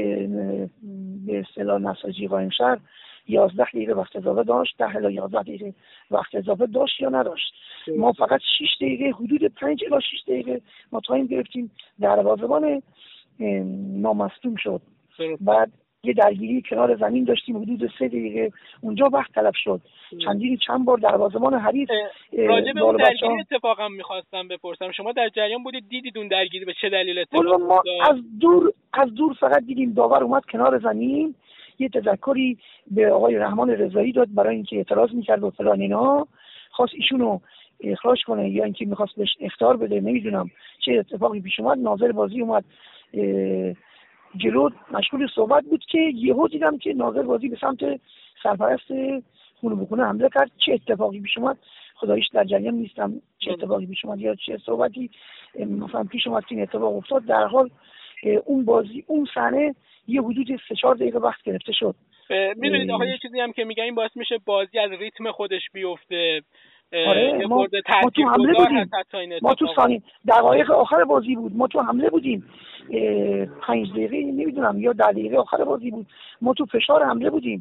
به اصطلاح نساجی قایم شهر یازده دقیقه وقت اضافه داشت، ده الی یازده دقیقه وقت اضافه داشت یا نداشت. ما فقط شش دقیقه، حدود پنج الی شش دقیقه ما تایم گرفتیم، دروازه‌بان نامصدوم شد. بعد یه درگیری کنار زمین داشتیم حدود سه دقیقه، اونجا وقت طلب شد. چندین چند بار دروازه‌بان حریف راجع به اون درگیری اتفاقا می‌خواستم بپرسم، شما در جریان بودید؟ دیدید اون درگیری به چه دلیل اتفاق افتاد؟ ما از دور از دور فقط دیدیم داور اومد کنار زمین، یه تذکری به آقای رحمان رضایی داد برای اینکه اعتراض می‌کرد و فلان اینا، خواست ایشونو اخراج کنه یا اینکه می‌خواست بهش اخطار بده، نمیدونم چه اتفاقی پیش اومد. ناظر بازی اومد جلو مشغول صحبت بود که یهو دیدم که ناظر بازی به سمت سرپرست خونه به خونه حمله کرد. چه اتفاقی پیش اومد خداییش در جریان نیستم، چه اتفاقی پیش اومد یا چه صحبتی مثلا پیش اومد که این اتفاق افتاد. در حال اون بازی، اون صحنه یه حدود سه چهار دقیقه وقت گرفته شد. میدونید آقا یه چیزی هم که میگن این باعث میشه بازی از ریتم خودش بیفته. آره ما, ما تو حمله بودیم، ما تو ثانیه دقایق آخر بازی بود، ما تو حمله بودیم، پنج دقیقه نمیدونم یا ده دقیقه آخر بازی بود، ما تو فشار حمله بودیم،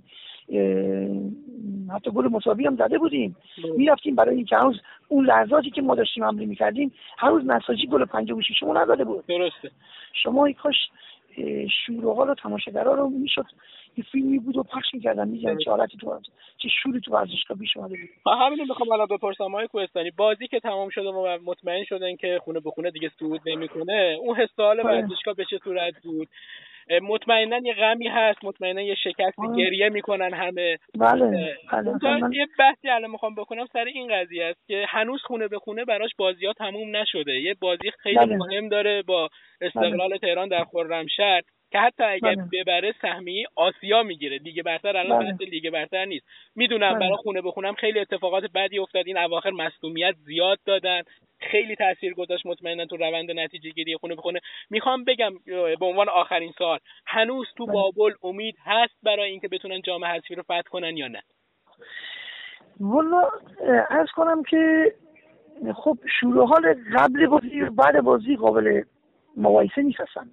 حتی گل مساوی هم زده بودیم. میرفتیم برای اینکه هنوز اون لحظاتی که ما داشتیم حمله میکردیم هنوز نساجی گل پنجاه و ششم نزده بود. درسته. شما کاش شور و حال تماشاگرها رو میشد یه فیلمی بود و پخش می‌کردن، می‌گن چه حالتی تو چه شوری تو ورزشگاه پیش اومده بود. همین رو می‌خوام الان بپرسم آقای کوهستانی، بازی که تمام شده و مطمئن شدن که خونه به خونه دیگه صعود نمی‌کنه، اون حس حال ورزشگاه به چه صورت بود؟ مطمئنا یه غمی هست، مطمئنا یه شکست، گریه میکنن همه. بله بله. من یه بحثی الان میخوام بکنم سر این قضیه است که هنوز خونه به خونه براش بازی‌ها تموم نشده. یه بازی خیلی بله. مهم داره با استقلال بله. تهران در خرمشهر که حتی اگر بله. ببره سهمیه آسیا میگیره. لیگ برتر الان بله. بحث لیگ برتر نیست. میدونم بله. برای خونه به خونم خیلی اتفاقات بدی افتاد، این اواخر مصدومیت زیاد دادن، خیلی تاثیر گذاشت مطمئنا تو روند نتیجه گیری خونه به خونه. میخوام بگم به عنوان آخرین سوال، هنوز تو بابل امید هست برای اینکه بتونن جام حذفی رو فتح کنن یا نه؟ والا عرض کنم که خب شروع حال قبل بازی و بعد بازی قابل مقایسه نیست اصلا.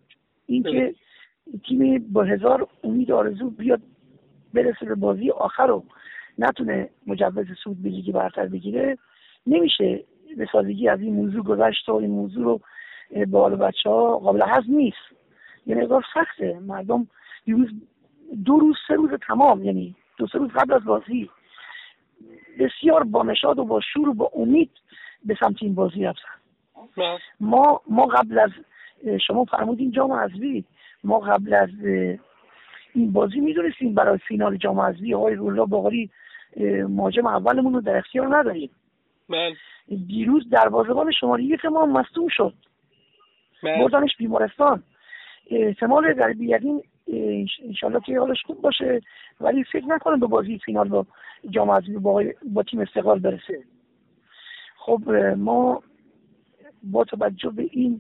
اینکه تیمی با هزار امید آرزو بیاد برسه به بازی آخر رو نتونه مجوز صعود به لیگ برتر بگیره، نمیشه به سادگی از این موضوع گذشت و این موضوع رو به حال بچه‌ها قابل هضم نیست. یه مقدار سخته. مردم روز دو روز سه روز تمام، یعنی دو سه روز قبل از بازی بسیار با نشاط و با شور و با امید به سمت این بازی رفتن. ما ما قبل از شما فرمودین جام حذفی، ما قبل از این بازی میدونستیم برای فینال جام حذفی آقای روح‌الله باقری مهاجم اولمون رو در اختیار نداریم. بله. دیروز دروازه‌بان شماره یک ما مصدوم شد. بله. بردنش بیمارستان. احتمال در بی‌یقین انشالله که حالش خوب باشه، ولی فکر نکنم به بازی فینال با جام حذفی با, با تیم استقلال برسه. خب ما با توجه به این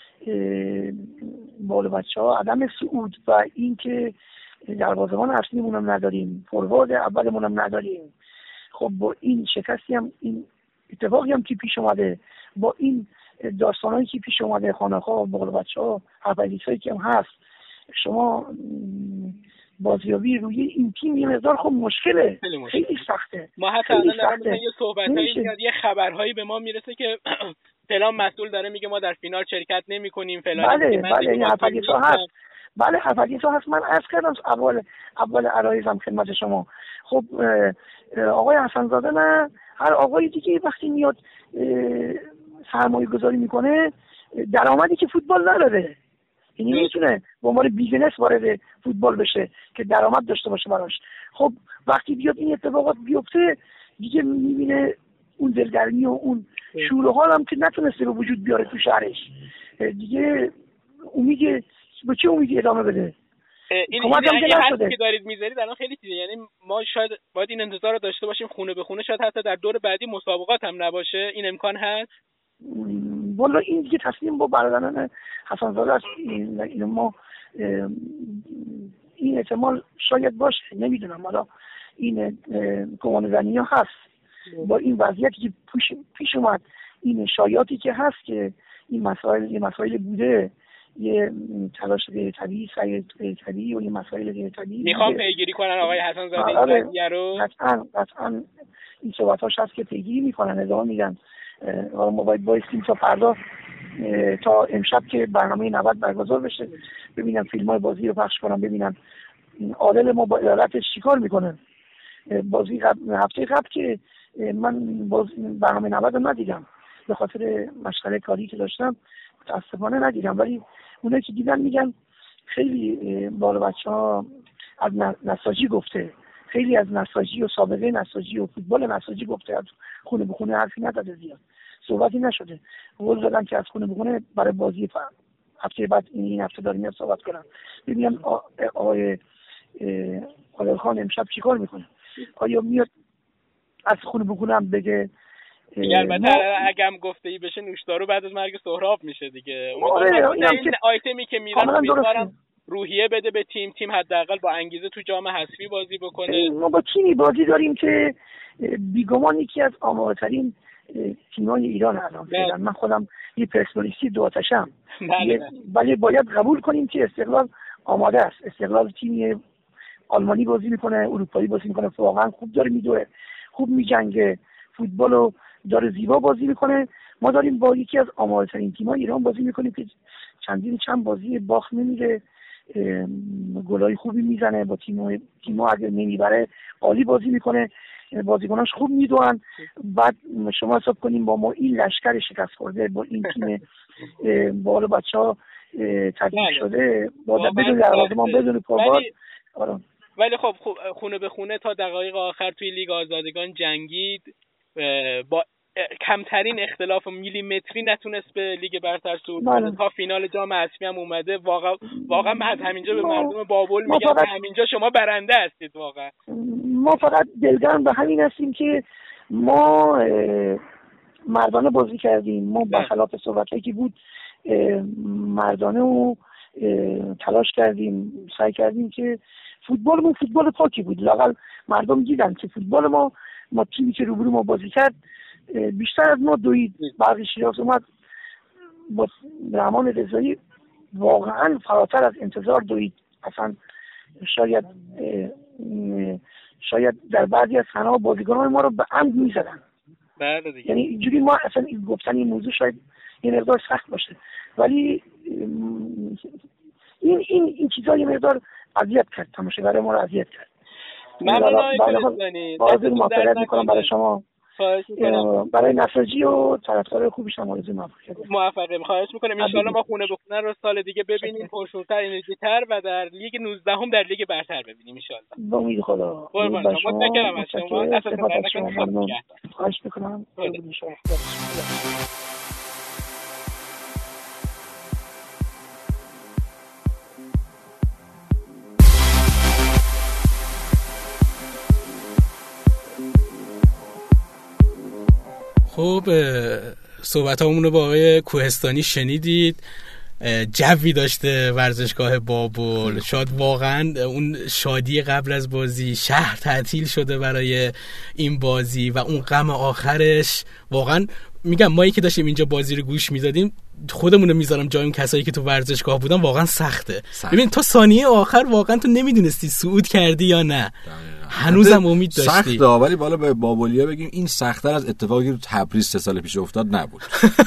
بال بچه‌ها عدم صعود و اینکه دروازه‌بان اصلیمون هم نداریم، فوروارد اولمون هم نداریم، خب با این شکستی هم این اتفاقی هم که پیش اومده، با این داستانایی که پیش اومده خانه‌ها بال بچه‌ها هایی که هم هست، شما بازیابی روی این تیم یه مقدار خب مشکله، خیلی سخته. ما حتی الان دارم مثلا یه صحبتایی میاد، یه خبرهایی به ما میرسه که فلان مسئول داره میگه ما در فینال شرکت نمی‌کنیم فلان. بله بله این حرفا هست. بله حرفا هست. من عرض کردم اول اول عرایزم خدمت شما. خب آقای حسن‌زاده نه، هر آقای دیگه وقتی میاد سرمایه گذاری میکنه درآمدی که فوتبال نداره، یعنی میتونه به عنوان بیزینس وارد فوتبال بشه که درآمد داشته باشه براش. خب وقتی بیاد این اتفاقات بیفته دیگه میبینه اون دلگرمی و اون شور و حال هم که نتونسته به وجود بیاره تو شهرش، دیگه امید با چه امیدی ادامه بده؟ این این حرفی که دارید میذارید الان خیلی چیزه، یعنی ما شاید باید این انتظار رو داشته باشیم خونه به خونه، شاید حتی در دور بعدی مسابقات هم نباشه، این امکان هست؟ والا این دیگه تصمیم با برادران حسن‌زاده است. این, این ما این احتمال شاید باشه، نمیدونم، حالا این گمانه‌زنی ها هست با این وضعیتی که پیش, پیش اومد، این شایعاتی که هست که این مسائل یه مسائل بوده، یه تلاش غیر طبیعی، سعی غیر طبیعی و یه مسائل غیر طبیعی میخوام پیگیری کنن آقای حسن‌زاده این قضیه رو. قطعاً قطعاً این صحبتاش هست که پیگیری میکنن، ادامه میدن. ما باید بایستیم تا فردا، تا امشب که برنامه نود برگزار بشه ببینم فیلم‌های بازی رو پخش کنم، ببینم عادل ما با ادارتش چیکار میکنن. بازی قبل هفته قبل که من باز برنامه نود رو ندیدم به خاطر مشغله کاری که داشتم، متاسفانه ندیدم، ولی اونایی که دیدن میگن خیلی بالا بچه‌ها از نساجی گفته، خیلی از نساجی و سابقه نساجی و فوتبال نساجی گفته، از خونه به خونه حرفی نداده، زیاد صحبتی نشده. قول دادن که از خونه به خونه برای بازی هفته بعد این هفته داریم میاد صحبت کنم، ببینم آقای قادر خان امشب چیکار میکنه، آیا میاد از خونه به خونه هم بگه البته اگه هم گفته ای بشه نوشدارو بعد از مرگ سهراب میشه دیگه. این آیتمی که میرن امیدوارم روحیه بده به تیم، تیم حداقل با انگیزه تو جام حذفی بازی بکنه. ما با تیمی بازی داریم که بیگمان یکی از آماده‌ترین تیم‌های ایران الان فعلا. من خودم یه پرسپولیسی دو آتشم، ولی باید قبول کنیم که استقلال آماده است. استقلال تیمی آلمانی بازی میکنه، اروپایی بازی میکنه، واقعا خوب داره میدوه، خوب میجنگه، فوتبالو داره زیبا بازی میکنه. ما داریم با یکی از آماده‌ترین تیم‌های ایران بازی میکنیم که چندین چند بازی باخت نمیده، گلای خوبی میزنه، با تیم تیم‌ها اگه نمیبره عالی بازی میکنه، بازیکناش خوب میدوئن. بعد شما حساب کنیم با ما این لشکر شکست خورده، با این تیم بالا بچه‌ها تدریج شده، با بدون دروازه‌بان بدون فوروارد. ولی خب خونه به خونه تا دقایق آخر توی لیگ آزادگان جنگید، با کمترین اختلاف میلیمتری نتونست به لیگ برتر صعود کنه، تا فینال جام حذفی هم اومده. واقعا واقعا بعد همینجا به مردم بابل میگم که همینجا شما برنده هستید. واقعا ما فقط دلگرم به همین هستیم که ما مردانه بازی کردیم، ما برخلاف صحبتایی که بود مردانه و تلاش کردیم، سعی کردیم که فوتبالمون فوتبال پاکی بود. لااقل مردم دیدن که فوتبال ما ما تیمی که روبرو ما بازی کرد بیشتر از ما دوید. بعضی شیراز اومد با رحمان رضایی واقعا فراتر از انتظار دوید. اصلا شاید شاید در بعضی از صحنه‌ها بازیکنان ما رو به عمد می‌زدن. بله دیگه. یعنی اینجوری ما اصلا گفتن این موضوع شاید یه مقدار سخت باشه، ولی این این این چیزا یه مقدار اذیت کرد، تماشاگر ما رو اذیت کرد. ممنون آقای کوهستانی. آرزوی موفقیت می‌کنم برای شما. خواهش می‌کنم. برای نساجی و طرفدارای خوبش هم آرزوی موفقیت. موفقیت. خواهش می‌کنم. ان شاءالله ما خونه به خونه رو سال دیگه ببینیم، پرشورتر، انرژی‌تر و در لیگ نوزده هم در لیگ برتر ببینیم ان شاءالله. با امید خدا. قربان شما. متشکرم از شما. اساساً خواهش می‌کنم. خب صحبت همون رو با آقای کوهستانی شنیدید. جوی داشته ورزشگاه بابل، شاید واقعا اون شادی قبل از بازی، شهر تعطیل شده برای این بازی و اون غم آخرش. واقعا میگم ما که داشتیم اینجا بازی رو گوش میدادیم خودمون رو میذارم جای اون کسایی که تو ورزشگاه بودن، واقعا سخته. سخت. ببین تا ثانیه آخر واقعا تو نمیدونستی صعود کردی یا نه، هنوزم امید داشتی. سخته، ولی بالا به بابلیا بگیم این سخت‌تر از اتفاقی که تو تبریز سه سال پیش افتاد نبود.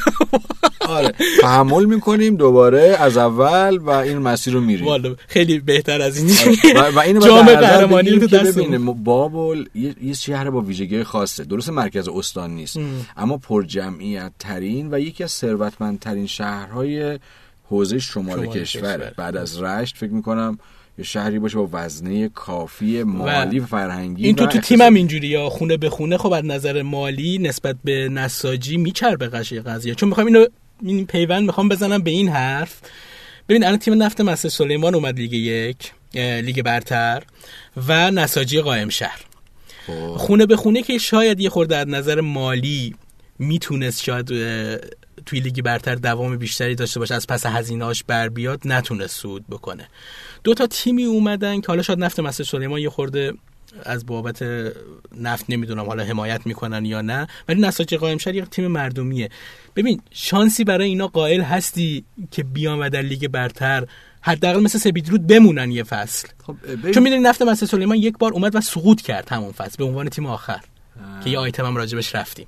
آره تحمل میکنیم دوباره از اول و این مسیر رو میریم. والا خیلی بهتر از این. و, و اینو جام قهرمانی رو تو دست ببینیم. بابل یه, یه شهر با ویژگی خاصه، درست مرکز استان نیست ام. اما پر جمعیت ترین و یکی از ثروتمندترین شهرهای حوزه شمال کشور. بعد از رشت فکر میکنم یه شهری باشه با وزنه کافی مالی و, و فرهنگی. این تو تو تیمم اینجوریه، خونه به خونه. خب از نظر مالی نسبت به نساجی میچربه قضیه قضیه چون میخوام اینو این پیوند میخوام بزنم به این حرف. ببین الان تیم نفت مسجد سلیمان اومد لیگ یک، لیگ برتر، و نساجی قائم شهر. خونه به خونه که شاید یه خورده از نظر مالی میتونست شاید توی لیگ برتر دوام بیشتری داشته باشه، از پس هزینه‌اش بر بیاد، نتونست صعود بکنه. دو تا تیمی اومدن که حالا شاید نفت مسجد سلیمان یه خورده از بابت نفت نمیدونم حالا حمایت میکنن یا نه، ولی نساجی قائم شهر یک تیم مردمیه. ببین شانسی برای اینا قائل هستی که بیان و در لیگ برتر حداقل مثل سپیدرود بمونن یه فصل. خب چون میدونی نفت مسجد سلیمان یک بار اومد و سقوط کرد همون فصل به عنوان تیم آخر آه. که یه آیتم هم راجبش رفتیم.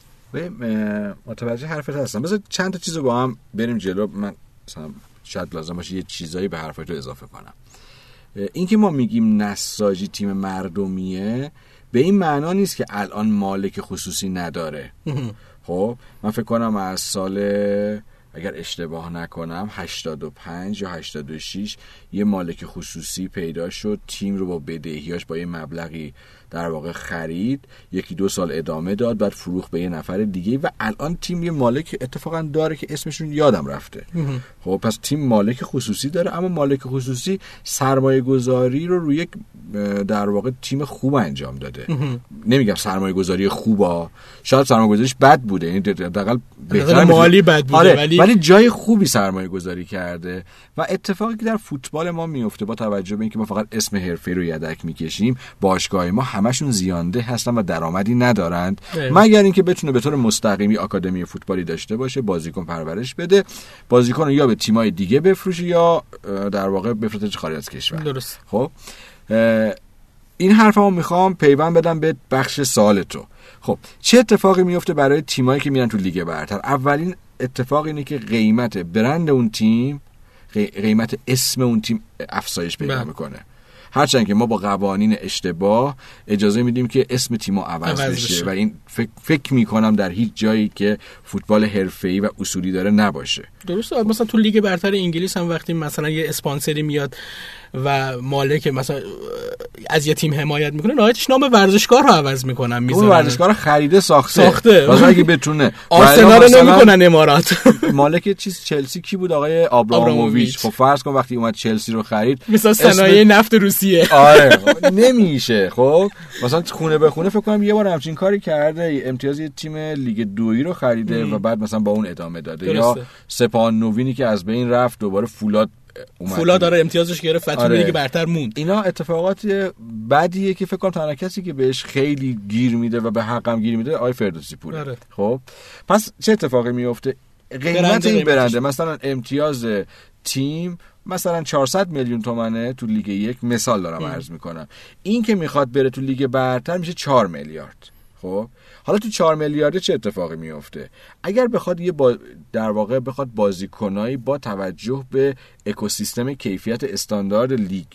متوجه حرفت هستم. بذار چند تا چیزو با هم بریم جلو. من مثلا شاید لازم باشه یه چیزایی به حرفات رو اضافه کنم. این که ما میگیم نساجی تیم مردمیه به این معنا نیست که الان مالک خصوصی نداره. خب من فکر کنم از سال اگر اشتباه نکنم هشتاد و پنج یا هشتاد و شش یه مالک خصوصی پیدا شد، تیم رو با بدهیاش با یه مبلغی در واقع خرید، یکی دو سال ادامه داد، بعد فروخت به یه نفر دیگه و الان تیم یه مالک اتفاقا داره که اسمشون یادم رفته. خب پس تیم مالک خصوصی داره، اما مالک خصوصی سرمایه گذاری رو روی یک در واقع تیم خوب انجام داده. نمیگم سرمایه گذاری خوبه، شاید سرمایه گذاریش بد بوده، یعنی حداقل بهتر مالی بد بوده، آره. ولی ولی جای خوبی سرمایه گذاری کرده. و اتفاقی که در فوتبال ما میفته با توجه به اینکه ما فقط اسم حرفه‌ای رو یدک میکشیم، باشگاه ما همشون زیانده هستن و درآمدی ندارند مگر اینکه بتونه به طور مستقیمی آکادمی فوتبالی داشته باشه، بازیکن پرورش بده، بازیکن رو یا به تیمای دیگه بفروشه یا در واقع بفرسته خارج از کشور. درست. خب این حرفمو میخوام پیوند بدم به بخش سوال تو. خب چه اتفاقی میفته برای تیمایی که میرن تو لیگ برتر؟ اولین اتفاق اینه که قیمت برند اون تیم، قیمت اسم اون تیم افزایش پیدا میکنه. هرچند که ما با قوانین اشتباه اجازه میدیم که اسم تیم‌ها عوض, عوض بشه و این فکر, فکر میکنم در هیچ جایی که فوتبال حرفه‌ای و اصولی داره نباشه. درسته. مثلا تو لیگ برتر انگلیس هم وقتی مثلا یه اسپانسری میاد و مالک مثلا از یه تیم حمایت میکنه، نهایتش نام ورزشگاه رو عوض میکنن، میذارن اون ورزشگاه رو خریده ساخته ساخته واسه اگه بتونه. آرسنال رو نمیکنن امارات. مالک چیز چلسی کی بود؟ آقای آبراموویچ. خب فرض کن وقتی اومد چلسی رو خرید مثلا صنایع اسم... نفت روسیه. آره نمیشه. خب مثلا خونه به خونه فکر کنم یه بار همچین کاری کرده، امتیاز یه تیم لیگ دویی رو خریده ام. و بعد مثلا با اون ادامه داده. درسته. یا سپاهان نوینی که از بین رفت دوباره فولاد فولاد داره امتیازش گرفت و تو لیگ برتر موند. اینا اتفاقات بدیه که فکر کنم تنها کسی که بهش خیلی گیر میده و به حقم گیر میده آی فردوسی پور. آره. خب پس چه اتفاقی میفته؟ قیمت این برنده مثلا امتیاز تیم مثلا چهارصد میلیون تومنه تو لیگ یک، مثال دارم عرض میکنم، این که میخواد بره تو لیگ برتر میشه چهار میلیارد. خب حالا تو چهار میلیارد چه اتفاقی میفته؟ اگر بخواد یه با در واقع بخواد بازیکنایی با توجه به اکوسیستم کیفیت استاندارد لیگ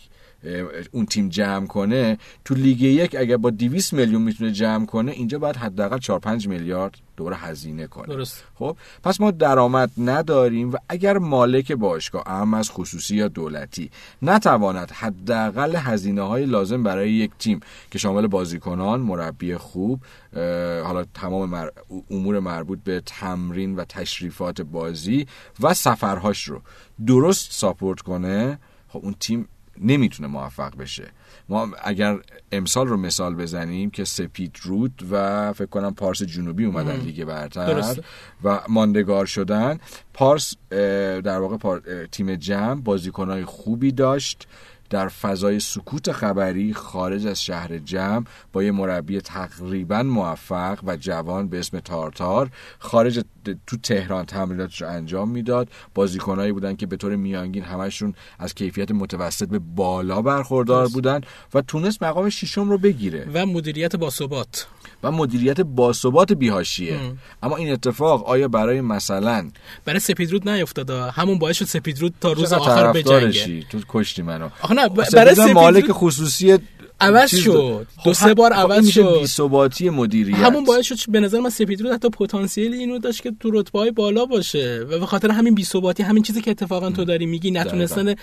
اون تیم جمع کنه، تو لیگ یک اگر با دویست میلیون میتونه جمع کنه، اینجا باید حداقل چهار پنج میلیارد دوباره هزینه کنه. درست. خب پس ما درآمد نداریم و اگر مالک باشگاه، اهم از خصوصی یا دولتی، نتواند حداقل هزینه‌های لازم برای یک تیم که شامل بازیکنان، مربی خوب، حالا تمام مر... امور مربوط به تمرین و تشریفات بازی و سفرهاش رو درست ساپورت کنه، خب اون تیم نمیتونه موفق بشه. ما اگر امسال رو مثال بزنیم که سپید رود و فکر کنم پارس جنوبی اومدن لیگ برتر و ماندگار شدن، پارس در واقع پار... تیم جمع بازیکنای خوبی داشت در فضای سکوت خبری خارج از شهر جمع با یه مربی تقریبا موفق و جوان به اسم تارتار خارج تو تهران تمریناتش رو انجام میداد. بازیکنایی بودن که به طور میانگین همشون از کیفیت متوسط به بالا برخوردار بودن و تونست مقام ششم رو بگیره و مدیریت باثبات و مدیریت باثبات بی‌حاشیه. اما این اتفاق آیا برای مثلا برای سپیدرود نیفتاد؟ همون باعث شد سپیدرود تا روز آخر بجنگه. تو کشتی منو. آخه نه برای سپیدرود مالک خصوصی عوض شد، دو سه بار عوض شد، بی‌ثباتی مدیریت. همون باعث شد به نظر من سپیدرود حتی پتانسیل اینو داشت که تو رتبه‌های بالا باشه و به خاطر همین بی‌ثباتی، همین چیزی که اتفاقا تو داری میگی، نتونستن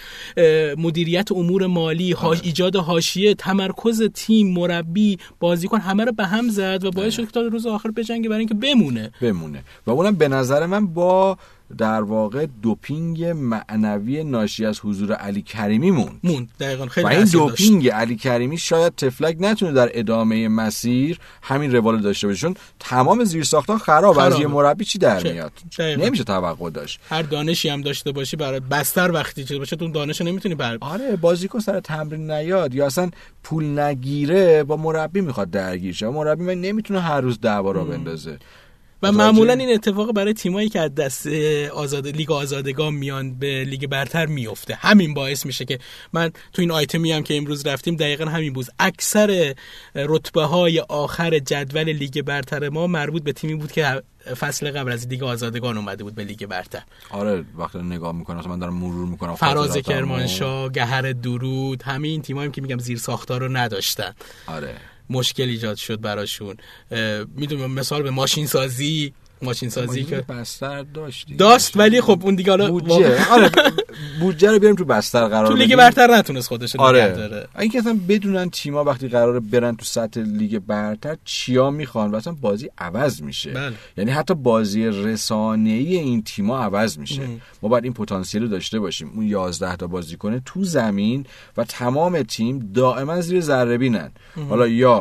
مدیریت امور مالی، هاش ایجاد حاشیه، تمرکز تیم، مربی، بازیکن، همه رو به هم زد و باعث شد که تا روز آخر بجنگه برای اینکه بمونه بمونه و اونم به نظر من با در واقع دوپینگ معنوی ناشی از حضور علی کریمی موند. موند دقیقاً. خیلی و این دوپینگ داشت. علی کریمی شاید تفلک نتونه در ادامه مسیر همین روال داشته باشه، چون تمام زیرساخت‌ها خراب. خراب. از یه مربی چی در چه. میاد؟ دقیقاً. نمیشه توقع داشت. هر دانشی هم داشته باشی برای بستر وقتی چه باشه، تو دانشو نمیتونی بر. آره بازیکن سر تمرین نیاد یا اصلا پول نگیره، با مربی میخواد درگیر شه. مربی من نمیتونه هر روز دعوا را بندازه. و معمولا این اتفاق برای تیمایی که از دست آزاد لیگ آزادگان میان به لیگ برتر میفته. همین باعث میشه که من تو این آیتمی هم که امروز رفتیم دقیقاً همین بود، اکثر رتبه های آخر جدول لیگ برتر ما مربوط به تیمی بود که فصل قبل از لیگ آزادگان اومده بود به لیگ برتر. آره وقتی نگاه میکنم من دارم مرور میکنم، فراز کرمانشاه، گهر درود، همه این تیمایی که میگم زیر ساختار رو نداشتن. آره مشکل ایجاد شد براشون. میدونم مثال به ماشین سازی ماشین سازی که بستر داشت داشت ولی خب اون دیگه حالا بودجه آره بودجه رو بیاریم تو بستر قرار تو لیگ برتر نتونست خودش رو آره. نگه داره. اینکه اصلا بدونن تیم‌ها وقتی قراره برن تو سطح لیگ برتر چیا میخوان و اصلا بازی عوض میشه. بله. یعنی حتی بازی رسانه‌ای این تیم‌ها عوض میشه. ام. ما باید این پتانسیل رو داشته باشیم، اون یازده تا بازیکن تو زمین و تمام تیم دائما زیر ذره بینن. حالا یا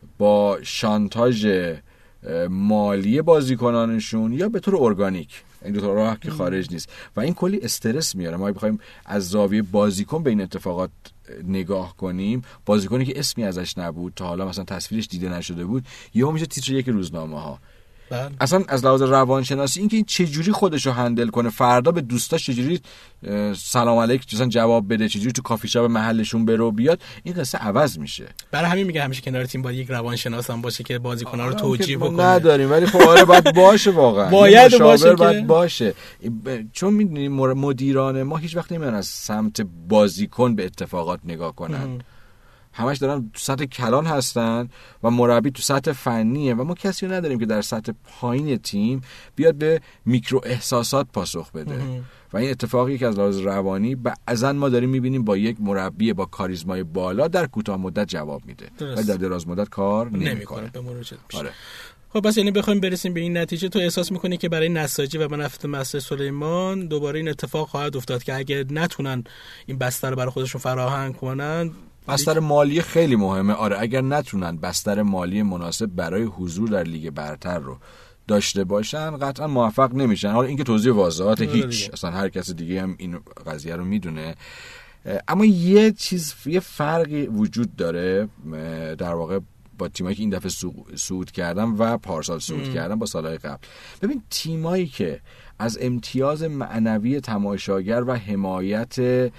با شانتاژ مالی بازیکنانشون یا به طور ارگانیک، این دو تا راه که خارج نیست و این کلی استرس میاره. ما بخوایم از زاویه بازیکن به این اتفاقات نگاه کنیم، بازیکنی که اسمی ازش نبود تا حالا مثلا تصویرش دیده نشده بود یهو میشه تیتر یک روزنامه ها. اصلا از لحاظ روانشناسی اینکه این چه جوری خودش رو هندل کنه، فردا به دوستاش چه جوری سلام علیک مثلا جواب بده، چه جوری تو کافی شاپ محلشون بره و بیاد، این قصه عوض میشه. برای همین میگه همیشه کنار تیم باید یک روانشناس هم باشه که بازیکن‌ها رو توجیه بکنه. نداریم ولی خب آره باید باشه، واقعا باید باشه باید که باشه. چون میدونی مدیران ما هیچ وقت نمیان از سمت بازیکن به اتفاقات نگاه کنن. همش دارن تو سطح کلان هستن و مربی تو سطح فنیه و ما کسی رو نداریم که در سطح پایین تیم بیاد به میکرو احساسات پاسخ بده. و این اتفاقی که از لحاظ روانی بعضن ما داریم میبینیم با یک مربی با کاریزمای بالا در کوتاه مدت جواب میده ولی در دراز مدت کار نمیکنه. آره. خب بس یعنی بخوایم برسیم به این نتیجه، تو احساس میکنی که برای نساجی و بنفع مستر سلیمان دوباره این اتفاق خواهد افتاد که اگه نتونن این بستر رو برای خودشون فراهم کنن؟ بستر مالی خیلی مهمه. آره اگر نتونن بستر مالی مناسب برای حضور در لیگ برتر رو داشته باشن قطعا موفق نمیشن. حالا اینکه توضیح واضحات هیچ، اصلا هر کس دیگه هم این قضیه رو میدونه. اما یه چیز، یه فرقی وجود داره در واقع با تیمایی که این دفعه صعود کردن و پارسال صعود کردن با سالهای قبل. ببین تیمایی که از امتیاز معنوی تماشاگر و حمایت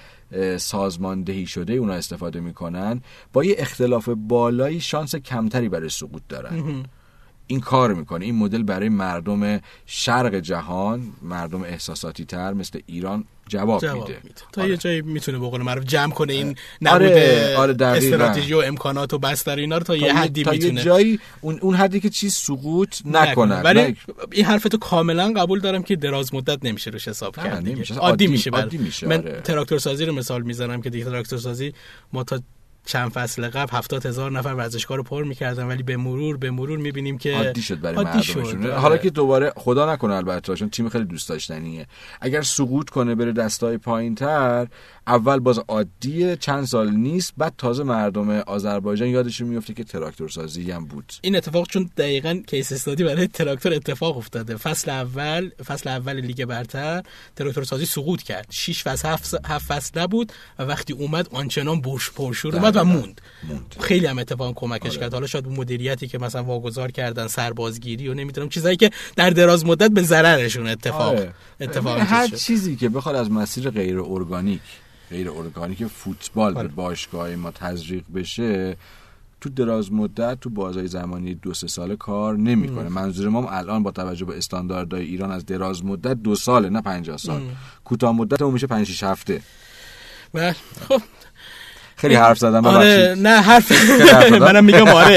سازماندهی شده اونا استفاده میکنن، با یه اختلاف بالایی شانس کمتری برای سقوط دارن. این کار میکنه، این مدل برای مردم شرق جهان، مردم احساساتی تر مثل ایران جواب, جواب میده, میده. تا آره. یه جایی میتونه به قول معروف جمع کنه این نبود آره. آره استراتژی و امکانات و بستر اینا رو تا, تا یه حدی تا میتونه یه جایی اون اون حدی که چیز سقوط نکنه. ولی نه. این حرفتو کاملا قبول دارم که دراز مدت نمیشه روش حساب کرد. عادی, عادی میشه. عادی میشه. من آره. تراکتور سازی رو مثال میزنم که دیگه تراکتور سازی ما تا چند فصل قبل هفتاد هزار نفر ورزشکار رو پر می‌کردن، ولی به مرور به مرور می‌بینیم که عادی شد برای مردمشون. حالا که دوباره خدا نکنه البته چون تیم خیلی دوست داشتنیه، اگر سقوط کنه بره دستای پایین‌تر، اول باز عادیه، چند سال نیست، بعد تازه مردم آذربایجان یادشون میفته که تراکتور سازی هم بود. این اتفاق چون دقیقاً کیس استادی برای تراکتور اتفاق افتاده. فصل اول فصل اول لیگ برتر تراکتور سازی سقوط کرد. شش فصل هفت هفت فصل نبود و وقتی اومد آنچنان برش پرشور اومد و موند. موند. خیلی هم اتفاقا کمکش آره. کرد. حالا شاید مدیریتی که مثلا واگذار کردن، سربازگیری و نمیدونم چیزایی که در دراز مدت به ضررشون اتفاق آره. اتفاق هر شد. چیزی که بخواد از مسیر غیر ارگانیک غیر ارگانیک فوتبال آره. به باشگاه ما تزریق بشه، تو دراز مدت تو بازهای زمانی دو سه ساله کار نمیکنه. منظور ما الان با توجه به استانداردهای ایران از دراز مدت دو ساله، نه پنجاه سال. کوتاه مدت اون میشه پنج شش هفته. بله خب خیلی حرف زدم ببخشید. آره نه حرف منم میگم آره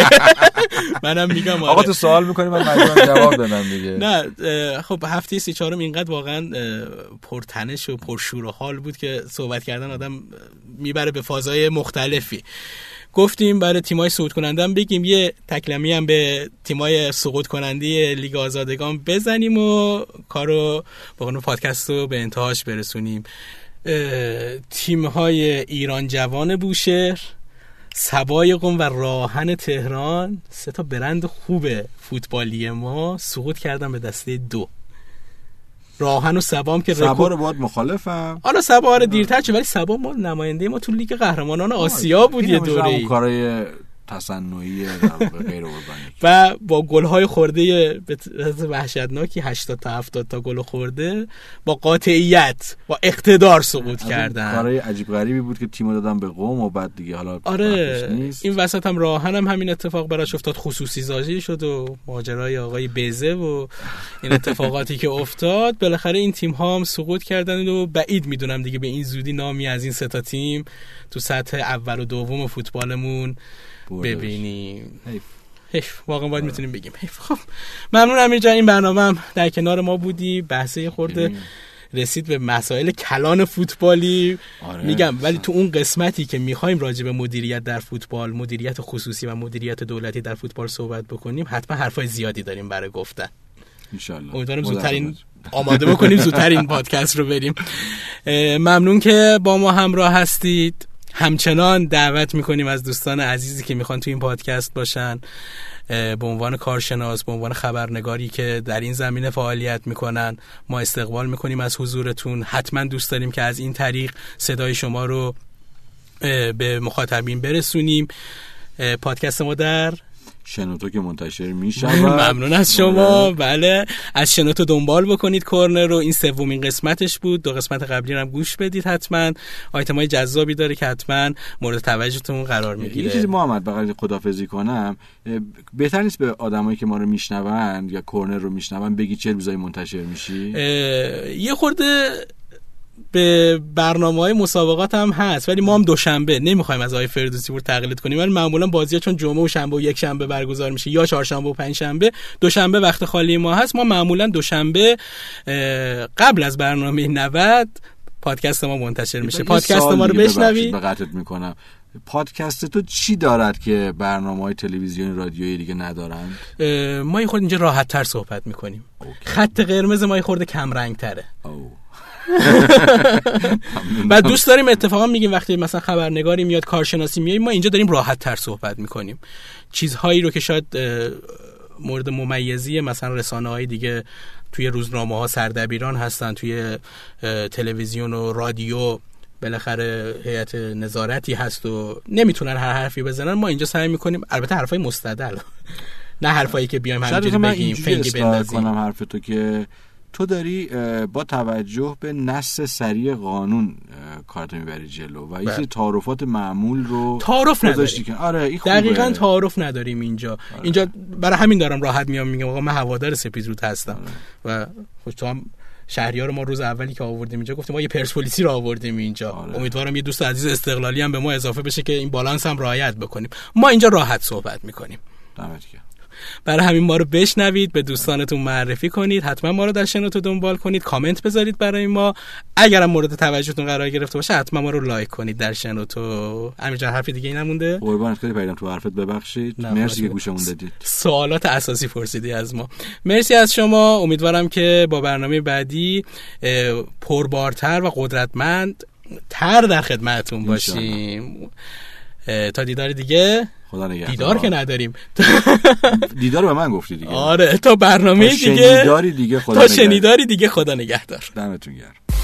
منم میگم آره. آقا تو سوال میکنی من مجبورم جواب بدم دیگه. نه خب هفته سی چهارم اینقدر واقعا پرتنش و پرشور و حال بود که صحبت کردن آدم میبره به فازهای مختلفی. گفتیم برای تیمای صعود کننده هم بگیم، یه تکلمی هم به تیمای سقوط کننده لیگ آزادگان بزنیم و کارو به قانون پادکست رو به انتهاش برسونیم. تیم‌های ایران جوان بوشهر، سبای قم و راهن تهران، سه تا برند خوب فوتبالی ما سقوط کردن به دسته دو. راهن و سبام که سبا رو باید مخالفم. حالا سبا رو دیرتر چه، ولی سبا ما نماینده ما تو لیگ قهرمانان آسیا بود یه دوره‌ای. اون کارای تصنعی در واقع غیر ارگانیک و با گل‌های خورده وحشتناکی هشتاد تا هفتاد تا گل خورده با قاطعیت با اقتدار سقوط کردن. کارای عجیب غریبی بود که تیمو دادن به قم و بعد دیگه حالا آره نیست. این وسط هم راهن هم همین اتفاق براش افتاد، خصوصی سازی شد و ماجرای آقای بیزه و این اتفاقاتی که افتاد. بالاخره این تیم ها هم سقوط کردن و بعید میدونم دیگه به این زودی نامی از این سه تا تیم تو سطح اول و دوم فوتبالمون ببینیم. حیف حیف واقعا باید میتونیم بگیم حیف. خب ممنون امیر جان، این برنامه هم در کنار ما بودی، بحثه خورده رسید به مسائل کلان فوتبالی. آره. میگم ولی تو اون قسمتی که میخوایم راجع به مدیریت در فوتبال، مدیریت خصوصی و مدیریت دولتی در فوتبال صحبت بکنیم، حتما حرفای زیادی داریم برای گفتن. ان شاء الله امیدوارم زودترین آماده بکنیم زودترین پادکست رو بریم. ممنون که با ما همراه هستید. همچنان دعوت میکنیم از دوستان عزیزی که میخوان تو این پادکست باشن، به عنوان کارشناس، به عنوان خبرنگاری که در این زمینه فعالیت میکنن، ما استقبال میکنیم از حضورتون. حتما دوست داریم که از این طریق صدای شما رو به مخاطبین برسونیم. پادکست ما در شنوتو که منتشر میشه. ممنون از شما. بله از شنوتو دنبال بکنید کورنر رو، این سومین قسمتش بود، دو قسمت قبلی رو هم گوش بدید حتما. آیتمای جذابی داره که حتما مورد توجهتون قرار میگیره. یه چیزی محمد بغیر خدافظی کنم، بهتر نیست به آدمایی که ما رو میشنون یا کورنر رو میشنون بگی چه روزایی منتشر میشی؟ یه خورده به برنامه‌های مسابقات هم هست، ولی ما هم دوشنبه نمیخوایم از آقای فردوسی پور تقلید کنیم، ولی معمولا بازی‌ها چون جمعه و شنبه و یک شنبه برگزار میشه یا چهارشنبه و پنج شنبه، دوشنبه وقت خالی ما هست. ما معمولا دوشنبه قبل از برنامه نود پادکست ما منتشر میشه. پادکست ما رو بشنوید. به قطعت میکنم، پادکست تو چی دارد که برنامه‌های تلویزیونی رادیویی دیگه ندارن؟ ما یه خورده اینجا راحت‌تر صحبت میکنیم. خط قرمز ما یه خورده کم رنگ‌تره. و دوست داریم اتفاقا میگیم وقتی مثلا خبرنگاری میاد، کارشناسی میاد، ما اینجا داریم راحت تر صحبت میکنیم. چیزهایی رو که شاید مورد ممیزی مثلا رسانه های دیگه توی روزنامه ها سردبیران هستن، توی تلویزیون و رادیو بالاخره هیئت نظارتی هست و نمیتونن هر حرفی بزنن. ما اینجا سعی میکنیم، البته حرفای مستدل نه حرفایی که بیایم همینجوری بگیم فنگی بندازیم. کنم حرف تو که تو داری با توجه به نص سریع قانون کارتو میبری جلو و یه تعارفات معمول رو تعارف نداریم. آره این خوبه. دقیقاً تعارف نداریم اینجا. آره. اینجا برای همین دارم راحت میام میگم آقا من هوادار سپیدرود هستم. آره. و خوش تو هم شهریار ما روز اولی که آوردیم اینجا گفتیم ما یه پرسپولیسی رو آوردیم اینجا. آره. امیدوارم یه دوست عزیز استقلالی هم به ما اضافه بشه که این بالانس هم رعایت بکنیم. ما اینجا راحت صحبت میکنیم. دمت گرم. برای همین ما رو بشنوید، به دوستانتون معرفی کنید، حتما ما رو در شنوتو دنبال کنید، کامنت بذارید برای ما. اگرم مورد توجهتون قرار گرفته باشه حتما ما رو لایک کنید در شنوتو. امیر حرفی دیگه ای نمونده؟ قربانت خیلی پیدام تو حرفت، ببخشید. مرسی که گوشمون دادید. سوالات اساسی پرسیدی از ما. مرسی از شما. امیدوارم که با برنامه بعدی پربارتر و قدرتمند تر در خدمتتون باشیم. تا دیدار دیگه. خدا نگهدار. دیدار که نداریم. دیدار به من گفتی دیگه. آره تا برنامه تا دیگه. شنیداری دیگه خدا تا شنیداری دیگه خدا نگهدار. دمتون گرم.